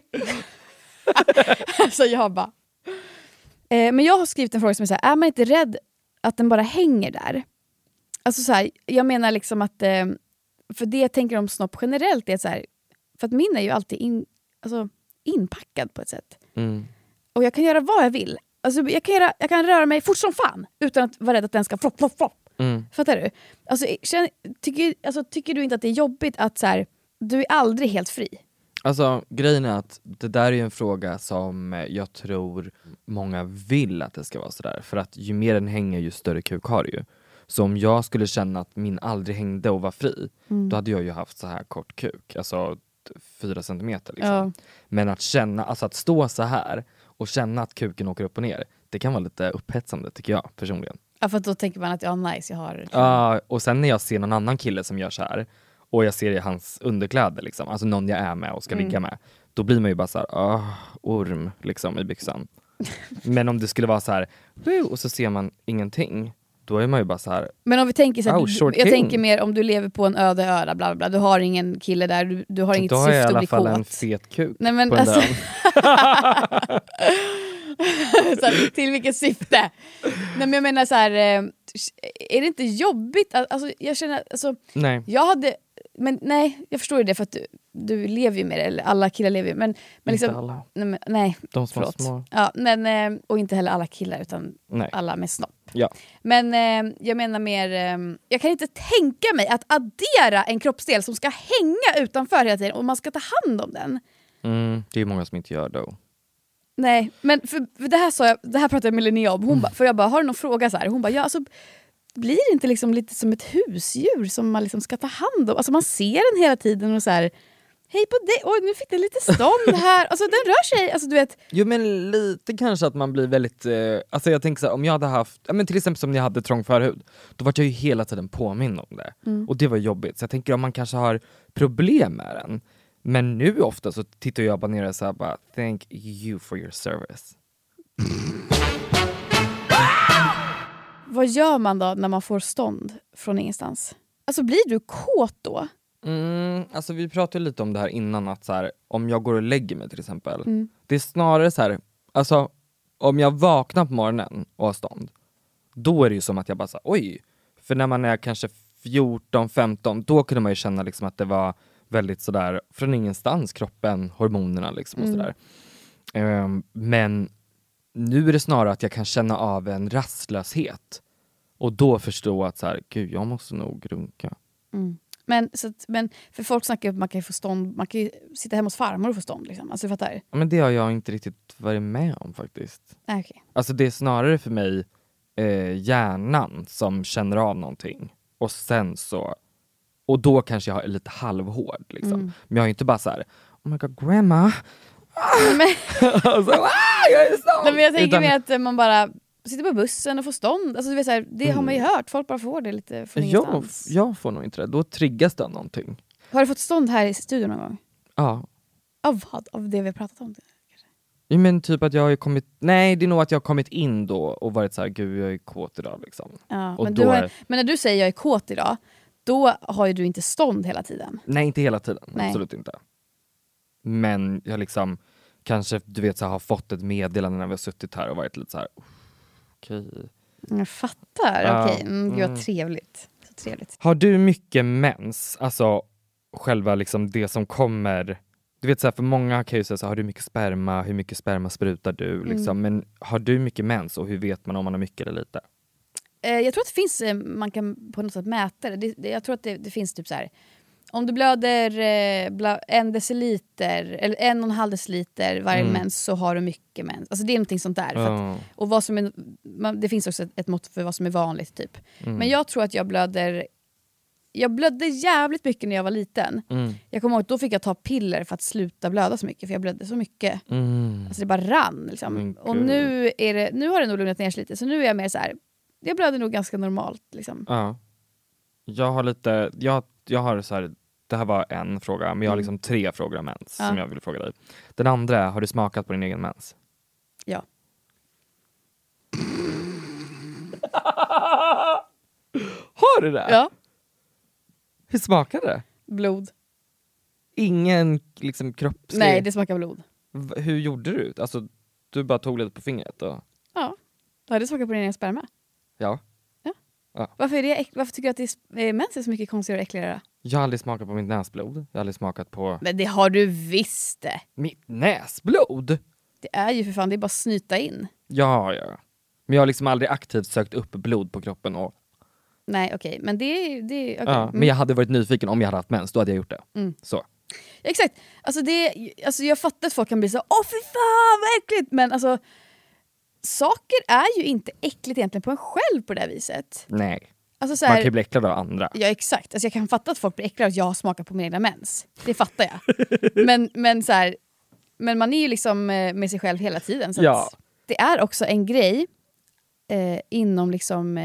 Så jag bara men jag har skrivit en fråga som är så här, är man inte rädd att den bara hänger där? Alltså så här, jag menar liksom att för det jag tänker om snopp generellt är så här, för att min är ju alltid inpackad på ett sätt. Och jag kan göra vad jag vill. Alltså jag kan röra mig fort som fan utan att vara rädd att den ska flopp. Fattar du? Alltså, tycker du inte att det är jobbigt att så här, du är aldrig helt fri? Alltså grejen är att det där är ju en fråga som jag tror många vill att det ska vara sådär. För att ju mer den hänger ju större kuk har det ju. Så om jag skulle känna att min aldrig hängde och var fri, då hade jag ju haft så här kort kuk. Alltså 4 centimeter liksom. Men att känna, alltså att stå så här och känna att kuken åker upp och ner, det kan vara lite upphetsande tycker jag personligen. Ja, för då tänker man att nice, jag har det. Ja, och sen när jag ser någon annan kille som gör så här och jag ser i hans underkläder liksom, alltså någon jag är med och ska ligga med, då blir man ju bara så här, orm liksom i byxan. Men om det skulle vara så här, och så ser man ingenting, då är man ju bara så här. Men om vi tänker så här, jag tänker mer om du lever på en öde öra, bla bla bla, du har ingen kille där, du har inget syfte att bli kåt. Då har jag i alla fall en fet kuk. Nej, men på alltså så här, till vilket syfte? Nej, men jag menar så här, är det inte jobbigt? Alltså jag känner, alltså nej. Jag förstår ju det för att du lever ju med det, eller alla killar lever ju, men inte liksom, alla. Nej, de små. Ja, men och inte heller alla killar utan alla med snopp. Ja. Men jag menar mer, jag kan inte tänka mig att addera en kroppsdel som ska hänga utanför hela tiden och man ska ta hand om den. Det är många som inte gör då. Nej, men för det här pratade jag med Linnea om. För jag bara, har du någon fråga så här? Hon bara, alltså blir det inte liksom lite som ett husdjur som man liksom ska ta hand om? Alltså man ser den hela tiden och så här, hej på dig, oj nu fick den lite stånd här. Alltså den rör sig, alltså du vet. Jo men lite kanske att man blir väldigt, alltså jag tänker så här, om jag hade haft, men till exempel som när jag hade trång förhud, då var jag ju hela tiden påminn om det. Och det var jobbigt, så jag tänker om man kanske har problem med den. Men nu ofta så tittar jag bara ner och så här, bara, thank you for your service. Vad gör man då när man får stånd från ingenstans? Alltså blir du kåt då? Alltså vi pratade lite om det här innan, att så här, om jag går och lägger mig till exempel, det är snarare så här, alltså om jag vaknar på morgonen och har stånd, då är det ju som att jag bara så här, oj, för när man är kanske 14-15, då kunde man ju känna liksom att det var väldigt sådär från ingenstans, kroppen, hormonerna liksom och sådär. Men nu är det snarare att jag kan känna av en rastlöshet och då förstå att så här, gud, jag måste nog runka. Men för folk snackar om att man kan få stånd, man kan ju sitta hemma hos farmor och få stånd liksom. Alltså fattar. Ja, men det har jag inte riktigt varit med om faktiskt. Okay. Alltså det är snarare för mig hjärnan som känner av någonting och sen så, och då kanske jag är lite halvhård liksom. Men jag är inte bara så här, oh my god grandma. Jag tänker mer att man bara sitter på bussen och får stånd. Alltså, du vet, så här, det har man ju hört. Folk bara får det lite från ingenstans. Jag får nog inte det. Då triggas det av någonting. Har du fått stånd här i studion någon gång? Ja. Av vad? Av det vi har pratat om? Ja, men typ att jag har kommit... Nej, det är nog att jag har kommit in då och varit så här, gud jag är kåt idag liksom. Ja, och men, då men när du säger jag är kåt idag, då har ju du inte stånd hela tiden. Nej, inte hela tiden. Nej. Absolut inte. Men jag liksom kanske, du vet, så här, har fått ett meddelande när vi har suttit här och varit lite så här. Okej. Jag fattar, okej. Gud vad trevligt. Så trevligt. Har du mycket mens? Alltså själva liksom det som kommer... Du vet så här, för många kan ju säga så här, har du mycket sperma? Hur mycket sperma sprutar du? Liksom. Men har du mycket mens och hur vet man om man har mycket eller lite? Jag tror att det finns, man kan på något sätt mäta det. Jag tror att det finns typ så här. Om du blöder 1 deciliter eller 1,5 deciliter varje mens så har du mycket mens. Alltså det är någonting sånt där. För att, och vad som är, det finns också ett mått för vad som är vanligt typ. Men jag tror att jag blödde jävligt mycket när jag var liten. Jag kommer ihåg att då fick jag ta piller för att sluta blöda så mycket. För jag blödde så mycket. Alltså det bara rann liksom. Och nu har det nog lugnat ner sig lite. Så nu är jag mer så här. Jag blöder nog ganska normalt liksom. Ja. Jag har lite... Jag har så här... Det här var en fråga. Men jag har liksom 3 frågor om mens som jag vill fråga dig. Den andra är, har du smakat på din egen mens? Ja. Har du det? Ja. Hur smakar det? Blod. Ingen liksom kroppslig... Nej, det smakar blod. Hur gjorde du? Alltså, du bara tog lite på fingret och... Ja. Har du smakat på din egen sperma? Ja. Varför tycker du att mens är så mycket konstigare och äckligare? Jag har aldrig smakat på mitt näsblod. Jag har aldrig smakat på... Men det har du visst det. Mitt näsblod? Det är ju för fan, det är bara snyta in. Ja. Men jag har liksom aldrig aktivt sökt upp blod på kroppen och... Nej, okej. Men det är okay. Ja, men jag hade varit nyfiken om jag hade haft mens. Då hade jag gjort det. Så. Exakt. Alltså jag fattar att folk kan bli så åh fy fan vad äckligt. Men alltså saker är ju inte äckligt egentligen på en själv på det här viset. Nej. Alltså, så här, man kan ju bli äcklad av andra. Ja exakt. Alltså, jag kan fatta att folk blir äcklade att jag smakar på min egna mens. Det fattar jag. men så här, men man är ju liksom med sig själv hela tiden. Så att det är också en grej inom liksom...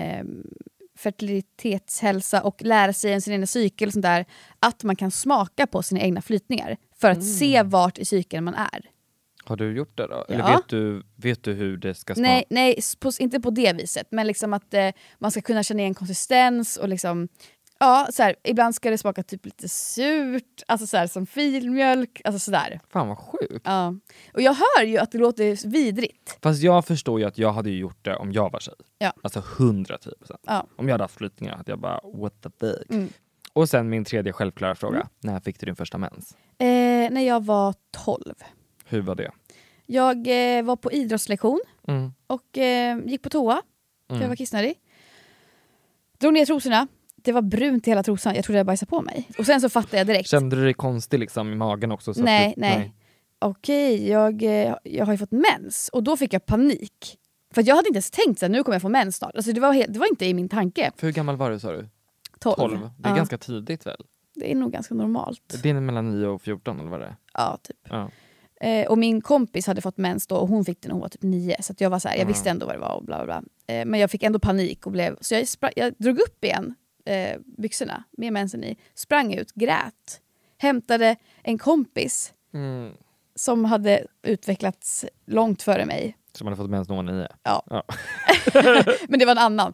fertilitetshälsa och lära sig en sin egen cykel och sånt där, att man kan smaka på sina egna flytningar för att se vart i cykeln man är. Har du gjort det då? Eller vet du hur det ska smaka? Nej, inte på det viset, men liksom att man ska kunna känna igen konsistens och liksom så här, ibland ska det smaka typ lite surt, alltså så här, som filmjölk, alltså sådär. Fan vad sjukt. Ja. Och jag hör ju att det låter vidrigt. Fast jag förstår ju att jag hade gjort det om jag var tjej. Ja. Alltså 110%. Ja. Om jag hade haft flytningar hade jag bara, what the fuck. Och sen min tredje självklara fråga. När fick du din första mens? När jag var 12. Hur var det? Jag var på idrottslektion och gick på toa. För jag var kissnödig. Drog ner trosorna. Det var brunt i hela trosan. Jag trodde jag bajsade på mig. Och sen så fattade jag direkt. Kände du dig konstig liksom i magen också? Så nej. Okej, jag har ju fått mens. Och då fick jag panik. För jag hade inte ens tänkt att nu kommer jag få mens snart. Alltså det var inte i min tanke. För hur gammal var du sa du? 12. Det är ganska tidigt väl? Det är nog ganska normalt. Det är mellan 9 och 14 eller vad det är? Ja, typ. Ja. Och min kompis hade fått mens då och hon fick det när hon var typ 9. Så att jag var så här, jag visste ändå vad det var och bla bla bla. Men jag fick ändå panik och blev... Så jag drog upp igen byxorna med mensen i. Sprang ut, grät. Hämtade en kompis som hade utvecklats långt före mig. Som hade fått mens när hon var 9? Ja. Men det var en annan.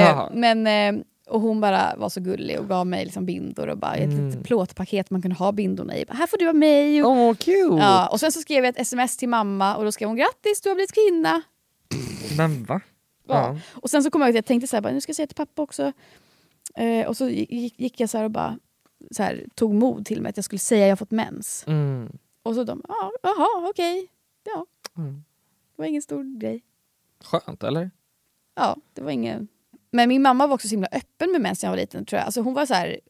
Och hon bara var så gullig och gav mig liksom bindor och bara ett litet plåtpaket man kunde ha bindorna i. Bara, här får du av mig. Åh, cute! Ja, och sen så skrev jag ett sms till mamma och då skrev hon grattis, du har blivit kvinna. Men va? Ja. Och sen så kom jag ihåg att jag tänkte så här, bara, nu ska jag säga till pappa också. Och så gick jag så här och bara så här, tog mod till mig att jag skulle säga att jag fått mens. Och så de, jaha, okej. Ja. Det var ingen stor grej. Skönt, eller? Ja, det var ingen... Men min mamma var också så himla öppen med mens när jag var liten, tror jag. Alltså hon var så här...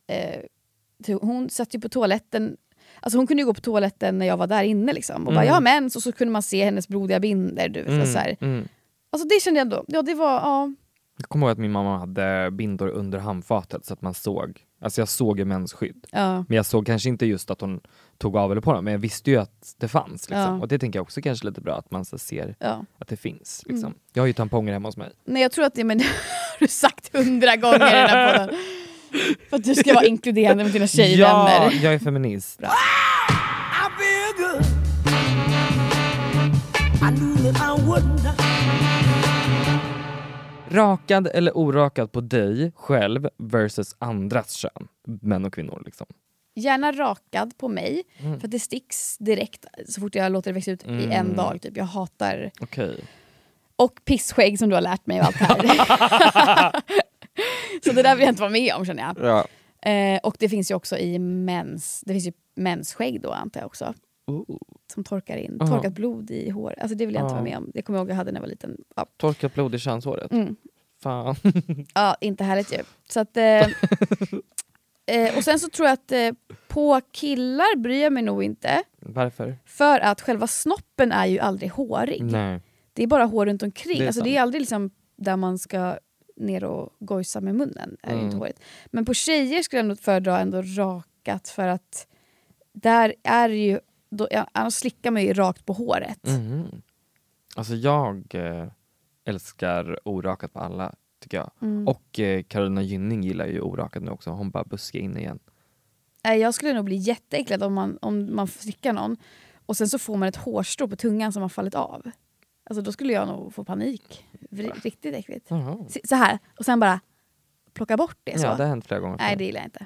hon satt ju på toaletten... Alltså hon kunde ju gå på toaletten när jag var där inne liksom. Och bara, jag har mens. Och så kunde man se hennes blodiga binder. Du vet, så här. Alltså det kände jag ändå. Ja, det var... Ja. Jag kommer ihåg att min mamma hade bindor under handfatet så att man såg... Alltså jag såg ju mensskydd. Ja. Men jag såg kanske inte just att hon tog av eller på dem. Men jag visste ju att det fanns. Liksom. Ja. Och det tänker jag också kanske lite bra. Att man så ser att det finns. Liksom. Jag har ju tamponger hemma hos mig. Nej, jag tror att det har du sagt 100 gånger i den här podden. För att du ska vara inkluderande med dina tjejvänner. Ja, jag är feminist. I feel good. knew that I wouldn't. Rakad eller orakad på dig själv versus andras kön. Män och kvinnor liksom. Gärna rakad på mig. För att det sticks direkt så fort jag låter det växa ut i en dag. Typ. Jag hatar... Okej. Och pissskägg som du har lärt mig och allt här. Så det där vill jag inte vara med om, känner jag. Ja. Och det finns ju också i det finns ju mensskägg då, antar jag också. Som torkar in. Torkat blod i hår. Alltså det vill jag inte vara med om. Det kommer jag ihåg jag hade när jag var liten. Ja. Torkat blod i könshåret? Fan. Ja, inte härligt ju. Så att, och sen så tror jag att på killar bryr jag mig nog inte. Varför? För att själva snoppen är ju aldrig hårig. Nej. Det är bara hår runt omkring. Det det är aldrig liksom där man ska ner och gojsa med munnen. Är ju inte hårigt. Men på tjejer skulle jag nog föredra ändå rakat. För att där är ju... annars slickar man ju rakt på håret. Alltså jag älskar orakat på alla, tycker jag. Och Carolina Gynning gillar ju orakat nu också. Hon bara buskar in igen. Jag skulle nog bli jätteäcklad om man slickar någon. Och sen så får man ett hårstrå på tungan som har fallit av. Alltså då skulle jag nog få panik. Riktigt äckligt. Så här. Och sen bara plocka bort det. Så. Ja, det har hänt flera gånger. Nej, det gillar jag inte.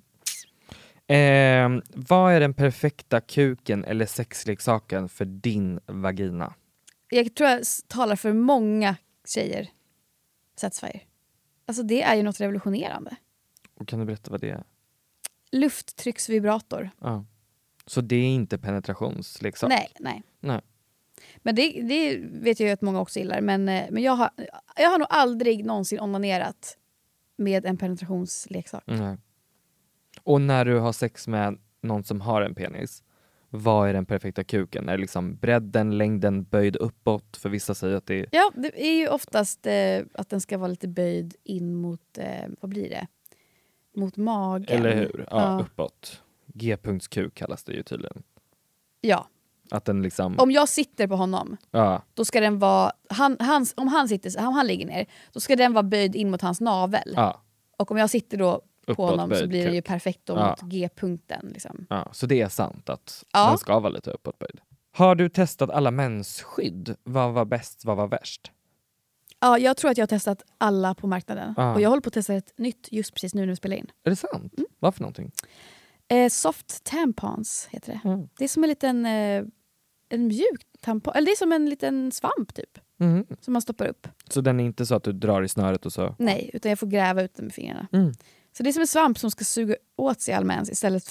Vad är den perfekta kuken eller sexleksaken för din vagina? Jag tror jag talar för många tjejer. Satisfyer. Alltså det är ju något revolutionerande. Och kan du berätta vad det är? Lufttrycksvibrator. Ja. Så det är inte penetrationsleksak? Nej. Men det vet jag ju att många också gillar. Men jag har nog aldrig någonsin onanerat med en penetrationsleksak. Nej. Och när du har sex med någon som har en penis, vad är den perfekta kuken? Är det liksom bredden, längden, böjd uppåt? För vissa säger att det är... Ja, det är ju oftast att den ska vara lite böjd in mot, vad blir det? Mot magen. Eller hur? Ja, uppåt. G-punktskuk kallas det ju tydligen. Ja. Att den liksom... Om jag sitter på honom, då ska den vara... om han ligger ner, då ska den vara böjd in mot hans navel. Ja. Och om jag sitter då på honom böjd så blir den ju kuk. perfekt mot G-punkten. Liksom. Ja, så det är sant att den ska vara lite uppåtböjd. Har du testat alla mensskydd? Vad var bäst, vad var värst? Ja, jag tror att jag har testat alla på marknaden. Och jag håller på att testa ett nytt just precis nu när vi spelar in. Är det sant? Vad för någonting? Soft tampons heter det. Det är som en liten en mjuk tampon. Eller det är som en liten svamp typ. Som man stoppar upp. Så den är inte så att du drar i snöret och så? Nej, utan jag får gräva ut den med fingrarna. Så det är som en svamp som ska suga åt sig all mens istället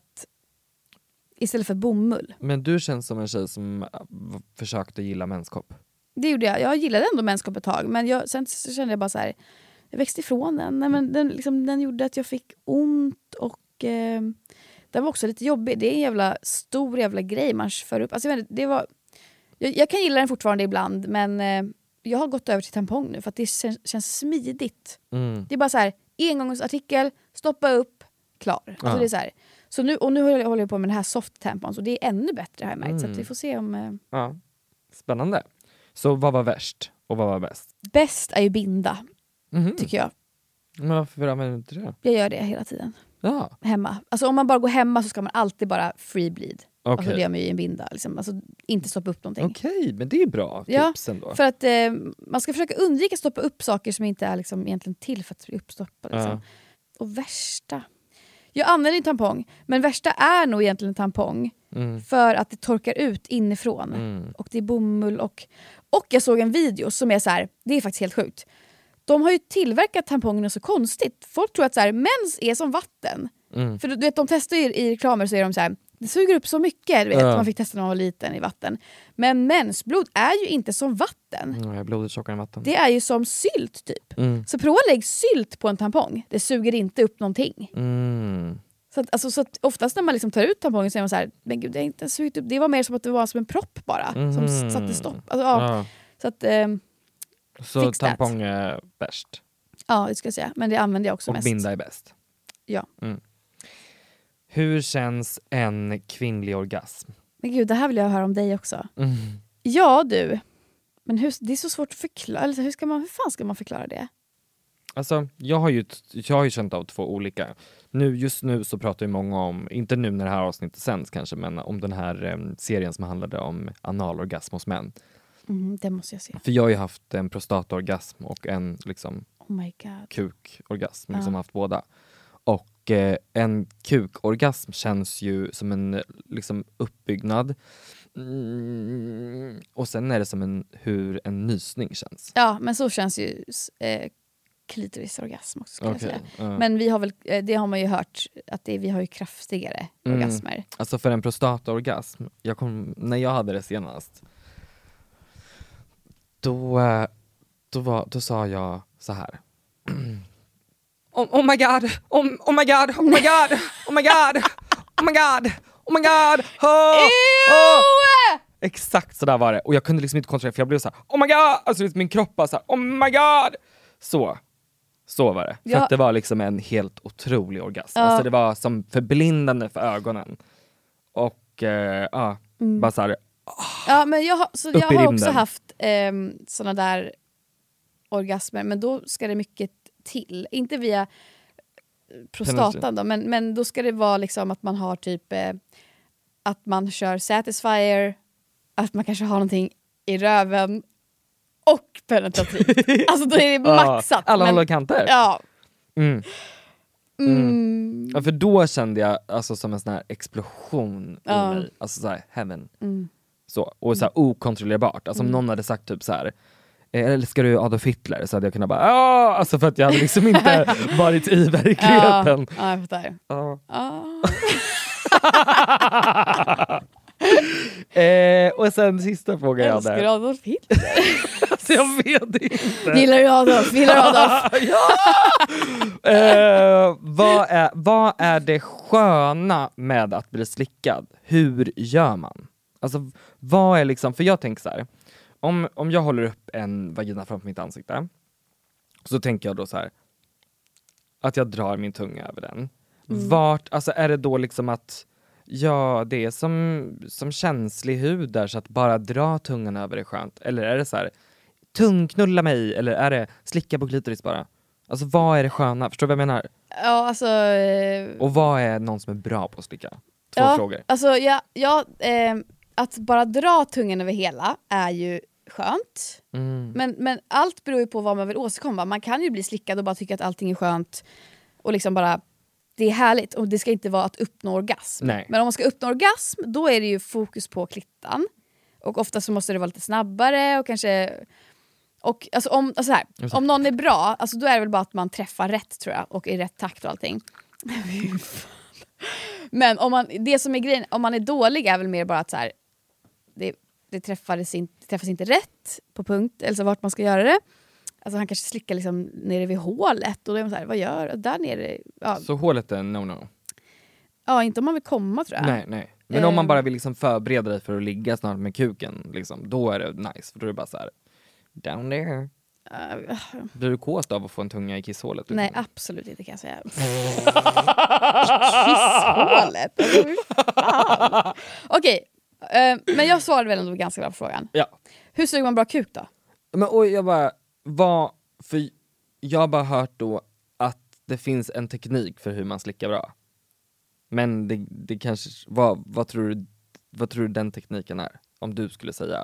för bomull. Men du känns som en tjej som försökte gilla menskopp. Det gjorde jag. Jag gillade ändå menskopp ett tag. Men sen så kände jag bara så här. Jag växte ifrån den. Nej, men den gjorde att jag fick ont. Och den var också lite jobbig. Det är en stor jävla grej man för upp. Alltså, jag kan gilla den fortfarande ibland. Men jag har gått över till tampong nu. För att det känns smidigt. Det är bara så här. Engångsartikel, stoppa upp, klar. Alltså det är så här. Så nu håller jag på med den här soft tampons. Och det är ännu bättre har jag märkt. Så att vi får se om... Ja. Spännande. Så vad var värst och vad var bäst? Bäst är ju binda, tycker jag. Men varför använder du inte det? Jag gör det hela tiden. Ja. Hemma. Alltså om man bara går hemma så ska man alltid bara free bleed. Okay. Alltså det gör man ju i en binda. Liksom. Alltså inte stoppa upp någonting. Okej, men det är bra tips ändå. För att man ska försöka undvika att stoppa upp saker som inte är liksom egentligen till för att bli uppstoppade. Liksom. Och värsta... Jag använder en tampong, men värsta är nog egentligen en tampong. För att det torkar ut inifrån. Och det är bomull och jag såg en video som är så här, det är faktiskt helt sjukt. De har ju tillverkat tampongerna så konstigt. Folk tror att så här, mens är som vatten. För du vet, de testar ju i reklamer så är de så här, det suger upp så mycket, du vet, man fick testa när man var liten i vatten. Men mensblod är ju inte som vatten. Blodet tjockare än vatten. Det är ju som sylt typ. Så prova att lägga sylt på en tampong. Det suger inte upp någonting. Så att oftast när man liksom tar ut tampongen så är man så här, men gud, det är inte sugit upp. Det var mer som att det var som en propp bara. Som satte stopp. Alltså, så att... Så tampong är bäst? Ja, det ska jag säga. Men det använder jag också och mest. Och binda är bäst? Ja. Hur känns en kvinnlig orgasm? Men gud, det här vill jag höra om dig också. Ja, du. Men det är så svårt att förklara. Alltså, hur fan ska man förklara det? Alltså, jag har ju känt av två olika. Just nu så pratar ju många om, inte nu när det här avsnittet sänds kanske, men om den här serien som handlade om analorgasm hos män. Det måste jag se. För jag har ju haft en prostataorgasm och en liksom oh my God. kukorgasm. Liksom haft båda. Och en kukorgasm känns ju som en liksom uppbyggnad. Och sen är det som hur en nysning känns. Ja, men så känns ju klitorisorgasm också, skulle jag säga. Men vi har väl, det har man ju hört, att vi har ju kraftigare orgasmer. Alltså för en prostataorgasm, när jag hade det senast, då sa jag så här. Oh my god, oh my god, oh my god, oh my god, oh my god, oh my god, Exakt så där var det. Och jag kunde liksom inte kontrollera, för jag blev så här, oh my god, alltså min kropp var så här, oh my god. Så var det. För att det var liksom en helt otrolig orgasm. Alltså det var som förblindande för ögonen. Och bara så här. Ja, men jag har också haft såna där orgasmer, men då ska det mycket till. Inte via prostatan då, men då ska det vara liksom att man har typ att man kör Satisfyer, att man kanske har någonting i röven och penetrativt. Alltså då är det maxat. Alla håller kanter. Ja. Ja, för då kände jag alltså som en sån här explosion i mig. Alltså så här, heaven. Så, och så här okontrollerbart. Alltså om någon hade sagt typ så här, älskar du Adolf Hitler? Så hade jag kunnat bara, alltså för att jag hade liksom inte varit i verkligheten. Ja, jag fattar. Och sen sista frågan jag hade. Älskar du Adolf Hitler? Alltså jag vet inte. Gillar du Adolf? Vad är det sköna med att bli slickad? Hur gör man? Alltså vad är liksom, för jag tänker så här, om jag håller upp en vagina framför mitt ansikte, så tänker jag då så här, att jag drar min tunga över den. Alltså är det då liksom att det är som känslig hud där, så att bara dra tungan över är skönt? Eller är det så här, tungknulla mig? Eller är det slicka på klitoris bara? Alltså vad är det sköna? Förstår du vad jag menar? Ja, alltså... Och vad är någon som är bra på att slicka? Två frågor. Alltså att bara dra tungan över hela är ju skönt. Men allt beror ju på vad man vill åstadkomma. Man kan ju bli slickad och bara tycka att allting är skönt och liksom bara, det är härligt, och det ska inte vara att uppnå orgasm. Nej. Men om man ska uppnå orgasm, då är det ju fokus på klittan. Och ofta så måste det vara lite snabbare och kanske... Och alltså om någon är bra, alltså då är det väl bara att man träffar rätt, tror jag, och i rätt takt och allting. Men det som är grejen, om man är dålig, är väl mer bara att så här, det träffas inte rätt på punkt, eller så vart man ska göra det. Alltså han kanske slickar liksom nere vid hålet, och då är man så här, vad gör där nere? Ja. Så hålet är no. Ja, inte om man vill komma, tror jag. Nej. Men om man bara vill liksom förbereda dig för att ligga snart med kuken, liksom, då är det nice. För då är det bara så här, down there. Blir du kåt av att få en tunga i kisshålet? Liksom? Nej, absolut inte, kan jag säga. Kisshålet? Alltså, okej, men jag svarade väl ändå ganska bra på frågan. Ja. Hur suger man bra kuk då? Men jag har bara hört då att det finns en teknik för hur man slickar bra. Men det kanske, vad tror du den tekniken är? Om du skulle säga,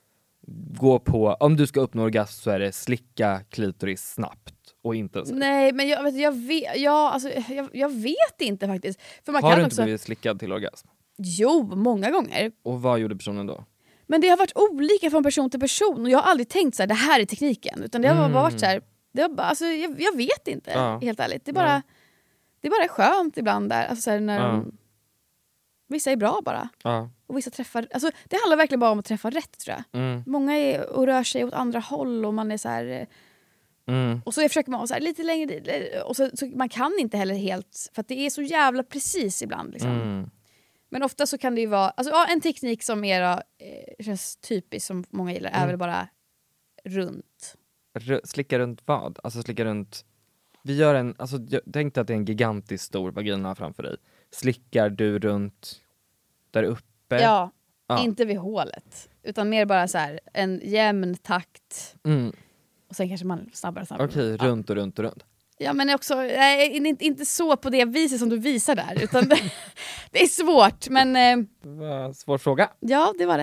om du ska uppnå orgasm, så är det slicka klitoris snabbt och inte så. Nej, men jag vet inte faktiskt. För man har kan du inte också... blivit slickad till orgasm? Jo, många gånger. Och vad gjorde personen då? Men det har varit olika från person till person, och jag har aldrig tänkt så här, det här är tekniken, utan det har bara varit så här, alltså, jag vet inte, helt ärligt. Det är bara skönt ibland där, alltså så här, när vissa är bra bara. Och vissa träffar, alltså det handlar verkligen bara om att träffa rätt, tror jag. Många är och rör sig åt andra håll, och man är så här och så försöker man vara så här, lite längre, och så man kan inte heller helt, för att det är så jävla precis ibland liksom. Men ofta så kan det ju vara, alltså en teknik som mera känns typisk, som många gillar, är väl bara runt. Slicka runt vad? Alltså slicka runt, vi gör jag tänkte att det är en gigantisk stor vagina framför dig. Slickar du runt där uppe? Ja, inte vid hålet, utan mer bara så här en jämn takt. Och sen kanske man snabbare. Okej, runt och runt och runt. Ja, men också inte så på det viset som du visar där, utan det är svårt, men svår fråga. Ja, det var det.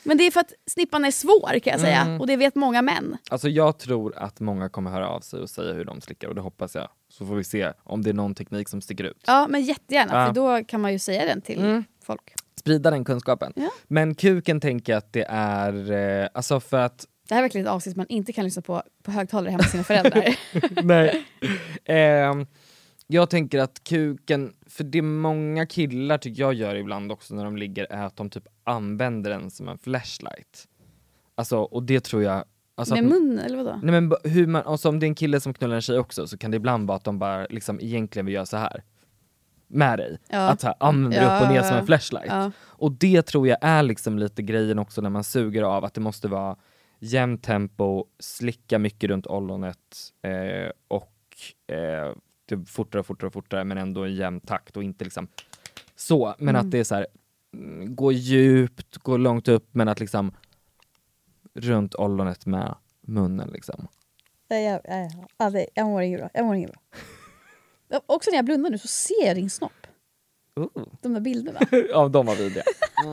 Men det är för att snippan är svår kan jag säga. Och det vet många män. Alltså jag tror att många kommer höra av sig och säga hur de slickar. Och det hoppas jag. Så får vi se om det är någon teknik som sticker ut. Ja, men jättegärna. För då kan man ju säga den till folk. Sprida den kunskapen. Ja. Men kuken tänker jag att det är... alltså för att... Det här är verkligen ett avsnitt man inte kan lyssna på högtalare hemma med sina föräldrar. Nej. Jag tänker att kuken, för det många killar tycker jag gör ibland också när de ligger, är att de typ använder den som en flashlight. Alltså, och det tror jag... Alltså med munnen eller vadå? Nej men hur man, alltså om det är en kille som knullar en tjej också så kan det ibland vara att de bara liksom egentligen vill göra så här med dig. Att så här, använder upp och ner som en flashlight. Ja. Och det tror jag är liksom lite grejen också när man suger av, att det måste vara jämnt tempo, slicka mycket runt ollonet och det fortare men ändå i jämn takt och inte liksom så, men att det är så här, gå djupt, gå långt upp, men att liksom runt ollonet med munnen liksom. Jag mår inget bra. Också när jag blundar nu så ser jag din snopp. De där bilderna. Ja, de var vidriga.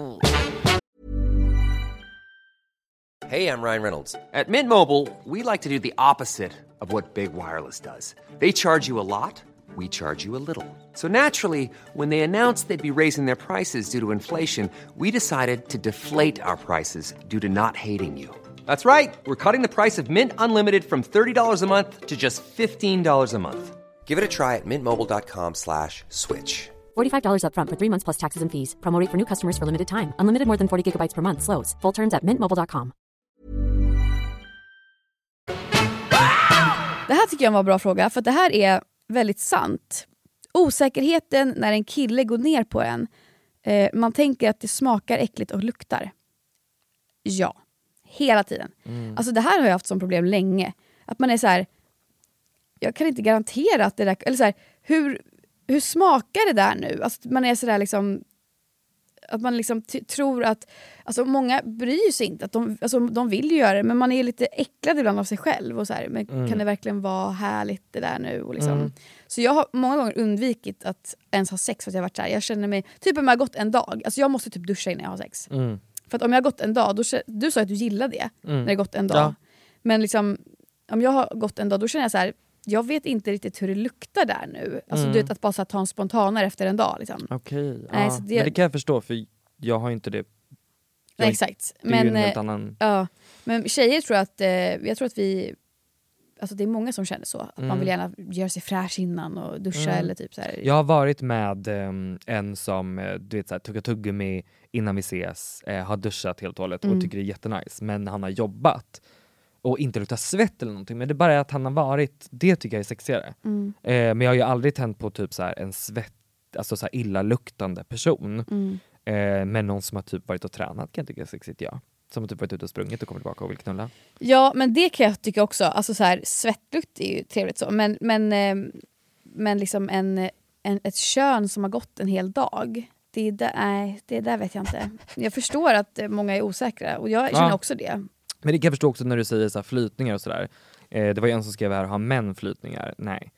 Hey, I'm Ryan Reynolds. At Mint Mobile, we like to do the opposite of what Big Wireless does. They charge you a lot, we charge you a little. So naturally, when they announced they'd be raising their prices due to inflation, we decided to deflate our prices due to not hating you. That's right. We're cutting the price of Mint Unlimited from $30 a month to just $15 a month. Give it a try at mintmobile.com/switch. $45 up front for 3 months plus taxes and fees. Promo rate for new customers for limited time. Unlimited more than 40 gigabytes per month. Slows full terms at mintmobile.com. Det här tycker jag var en bra fråga, för det här är väldigt sant. Osäkerheten när en kille går ner på en. Man tänker att det smakar äckligt och luktar. Ja, hela tiden. Alltså det här har jag haft som problem länge. Att man är så här, jag kan inte garantera att det där, eller så här, hur smakar det där nu? Alltså man är så där liksom, att man liksom tror att, alltså många bryr sig inte, att de vill ju göra det, men man är lite äcklad ibland av sig själv och så här, men kan det verkligen vara härligt det där nu och liksom. Så jag har många gånger undvikit att ens ha sex för att jag har varit så här, jag känner mig typ om jag har gått en dag, alltså jag måste typ duscha innan jag har sex. För att om jag har gått en dag, du sa att du gillar det när det har gått en dag. Ja. Men liksom om jag har gått en dag, då känner jag så här, jag vet inte riktigt hur det luktar där nu. Alltså du vet, att bara så ta en spontanare efter en dag liksom. Okej, ja. Men det kan jag förstå, för jag har inte det. Nej, exakt. Det är ju en helt annan... Ja, men tjejer tror att jag tror att vi, alltså det är många som känner så, att man vill gärna göra sig fräsch innan och duscha eller typ så här. Jag har varit med en som du vet så här, tugga tuggummi innan vi ses, har duschat helt och hållet och tycker det är jättenice, men han har jobbat och inte luktar svett eller någonting, men det är bara att han har varit, det tycker jag är sexigare. Men jag har ju aldrig tänt på typ så här en svett, alltså så här illaluktande person. Men någon som har typ varit och tränat kan jag tycka är sexigt, ja. Som har typ varit ute och sprungit och kommer tillbaka och vill knulla. Ja, men det kan jag tycka också. Alltså så här, svettlukt är ju trevligt så, men liksom ett kön som har gått en hel dag, det där vet jag inte. Jag förstår att många är osäkra och jag känner också det. Men det kan jag förstå också när du säger så här flytningar och sådär. Det var ju en som skrev här, har män flytningar? Nej.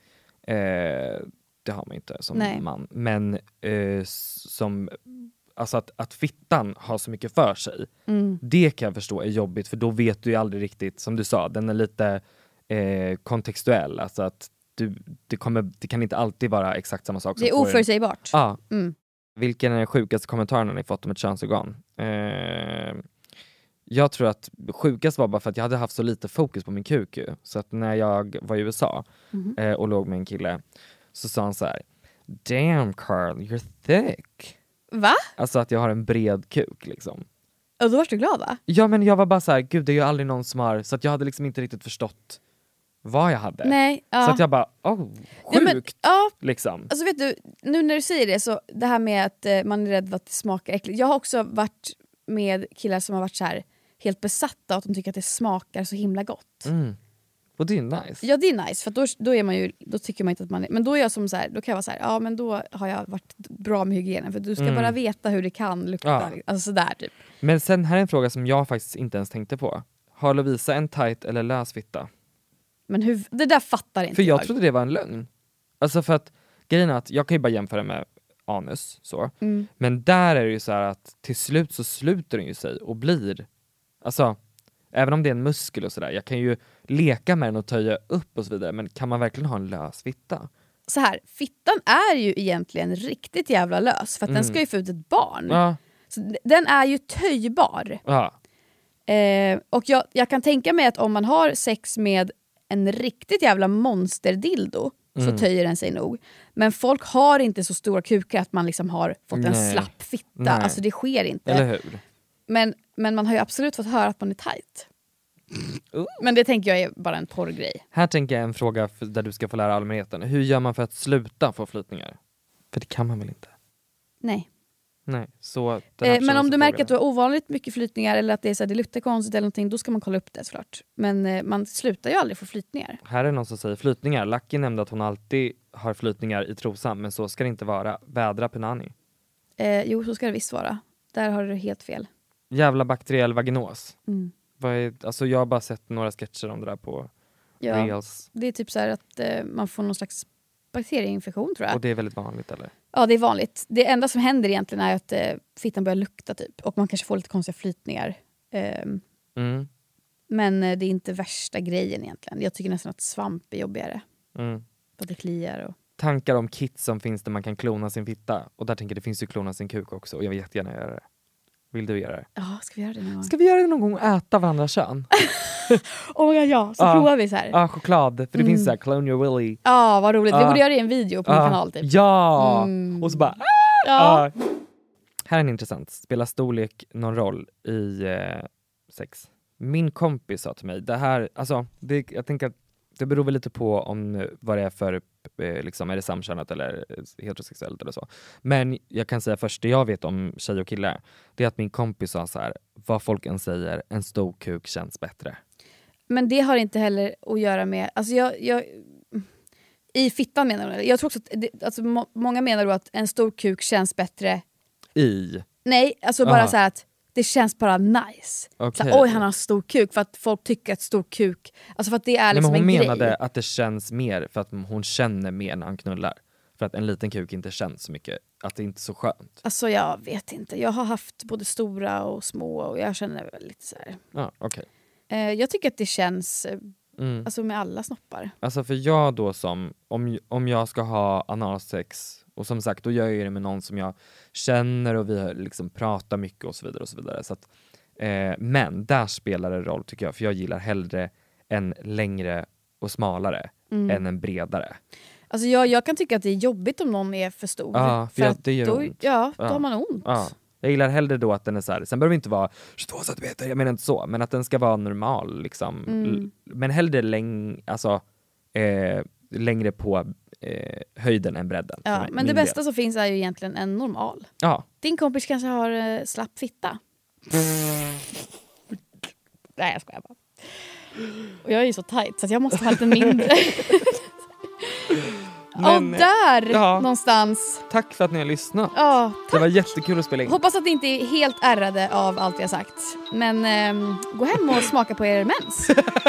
Det har man inte som man. Men som, alltså att fittan har så mycket för sig. Det kan jag förstå är jobbigt, för då vet du ju aldrig riktigt, som du sa, den är lite kontextuell. Alltså att det kan inte alltid vara exakt samma sak. Det är oförutsägbart. Ja. Vilken är den sjukaste kommentaren ni fått om ett könsorgan? Jag tror att sjukast var bara för att jag hade haft så lite fokus på min kuk. Så att när jag var i USA och låg med en kille, så sa han så här: damn Carl, you're thick. Va? Alltså att jag har en bred kuk liksom. Och då var du glad, va? Ja, men jag var bara så här, gud, det är ju aldrig någon som har, så att jag hade liksom inte riktigt förstått vad jag hade. Nej, ja. Så att jag bara, sjukt. Ja, liksom. Alltså vet du, nu när du säger det, så det här med att man är rädd för att det smakar äckligt. Jag har också varit med killar som har varit så här helt besatta, att de tycker att det smakar så himla gott. Och det är nice. Ja, det är nice, för då är man ju, då tycker man inte att man är, men då är jag som så här, då kan jag vara så här, ja men då har jag varit bra med hygienen, för du ska bara veta hur det kan lukta, alltså sådär typ. Men sen här är en fråga som jag faktiskt inte ens tänkte på. Har Lovisa en tight eller lös fitta? Men det där fattar inte jag. För jag trodde det var en lögn. Alltså för att grejen är att jag kan ju bara jämföra med anus. Så. Men där är det ju så här att till slut så sluter den ju sig och blir... Alltså, även om det är en muskel och sådär. Jag kan ju leka med den och töja upp och så vidare. Men kan man verkligen ha en lös fitta? Så här, fittan är ju egentligen riktigt jävla lös. För att den ska ju få ut ett barn. Ja. Så den är ju töjbar. Ja. Och jag kan tänka mig att om man har sex med en riktigt jävla monsterdildo så töjer den sig nog. Men folk har inte så stora kukar att man liksom har fått en slapp fitta. Nej. Alltså det sker inte. Eller hur? Men man har ju absolut fått höra att man är tight. Men det tänker jag är bara en porrgrej. Här tänker jag en fråga där du ska få lära allmänheten. Hur gör man för att sluta få flytningar? För det kan man väl inte? Nej. Så men om du märker att du har ovanligt mycket flytningar eller att det är så här, det luktar konstigt eller någonting, då ska man kolla upp det såklart. Men man slutar ju aldrig få flytningar. Här är någon som säger flytningar. Lucky nämnde att hon alltid har flytningar i trosan, men så ska det inte vara. Vädra punani. Jo, så ska det visst vara. Där har du helt fel. Jävla bakteriell vaginos. Alltså jag har bara sett några sketcher om det där på Reels. Det är typ så här att man får någon slags bakterieinfektion, tror jag. Och det är väldigt vanligt, eller? Ja, det är vanligt. Det enda som händer egentligen är att fittan börjar lukta typ. Och man kanske får lite konstiga flytningar. Men det är inte värsta grejen egentligen. Jag tycker nästan att svamp är jobbigare. För att det kliar och... Tankar om kit som finns där man kan klona sin fitta. Och där tänker jag, det finns ju klona sin kuk också. Och jag vill jättegärna göra det. Vill du göra det? Ja, ska vi göra det någon gång? Ska vi göra det någon gång och äta varandra kön? Oh my God, ja. Så provar vi så här. Ja, choklad. För det finns så här, clone your willy. Ja, vad roligt. Vi borde göra det i en video på min kanal typ. Ja! Och så bara... Ja. Här är en intressant. Spelar storlek någon roll i sex? Min kompis sa till mig, det här, alltså, jag tänker att det beror väl lite på om vad det är för, liksom, är det samkönat eller heterosexuellt eller så. Men jag kan säga först, det jag vet om tjej och kille, det är att min kompis sa så här, vad folk än säger, en stor kuk känns bättre. Men det har inte heller att göra med, alltså jag i fittan menar jag tror också att alltså, många menar då att en stor kuk känns bättre nej, alltså bara så här att det känns bara nice. Okay. Så, oj, han har en stor kuk. För att folk tycker att stor kuk... Alltså för att det är liksom en grej. Hon menade att det känns mer för att hon känner mer när han knullar. För att en liten kuk inte känns så mycket. Att det inte är så skönt. Alltså jag vet inte. Jag har haft både stora och små. Och jag känner väl lite så här... Ja, okej. Jag tycker att det känns... Alltså med alla snoppar. Alltså för jag då som... Om jag ska ha analsex... Och som sagt, då gör jag det med någon som jag känner och vi har liksom pratat mycket och så vidare och så vidare. Så att, men där spelar det roll tycker jag. För jag gillar hellre en längre och smalare än en bredare. Alltså jag kan tycka att det är jobbigt om någon är för stor. Ja, för att det gör ont. Ja, då har man ont. Ja. Jag gillar hellre då att den är så här. Sen behöver det inte vara 22 centimeter, jag menar inte så. Men att den ska vara normal liksom. Men hellre längre på höjden än bredden. Ja, men det bästa som finns är ju egentligen en normal. Ja. Din kompis kanske har slapp fitta. Nej, jag skojar bara. Och jag är ju så tight så att jag måste ha lite mindre. Och där någonstans. Tack för att ni har lyssnat. Ja, det var jättekul att spela in. Hoppas att ni inte är helt ärrade av allt jag sagt. Men gå hem och smaka på er mens.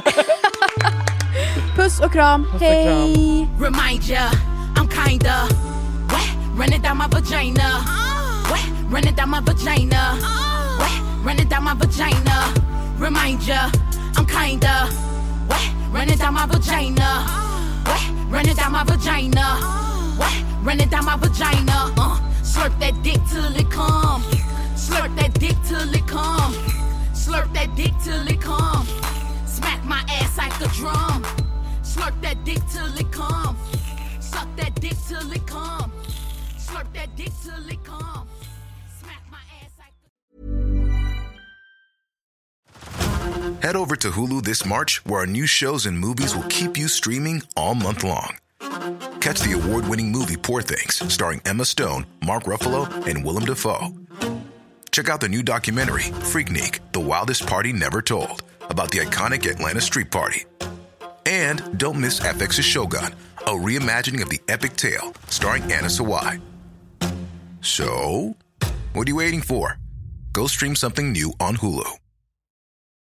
Puss och kram. Hej. Remind ya, I'm kinda wet, running down my vagina. Wet, running down my vagina. Wet, running down my vagina. Remind ya, I'm kinda wet, running down my vagina. Wet, running down my vagina. Wet, running down my vagina. Slurp that dick till it come. Slurp that dick till it come. Slurp that dick till it come. Smack my ass like a drum. Slurp that dick till it come. Suck that dick till it come. Slurp that dick till it come. Smack my ass like Head over to Hulu this March, where our new shows and movies will keep you streaming all month long. Catch the award-winning movie Poor Things, starring Emma Stone, Mark Ruffalo, and Willem Dafoe. Check out the new documentary, Freaknik, The Wildest Party Never Told, about the iconic Atlanta street party. And don't miss FX's Shogun, a reimagining of the epic tale starring Anna Sawai. So, what are you waiting for? Go stream something new on Hulu.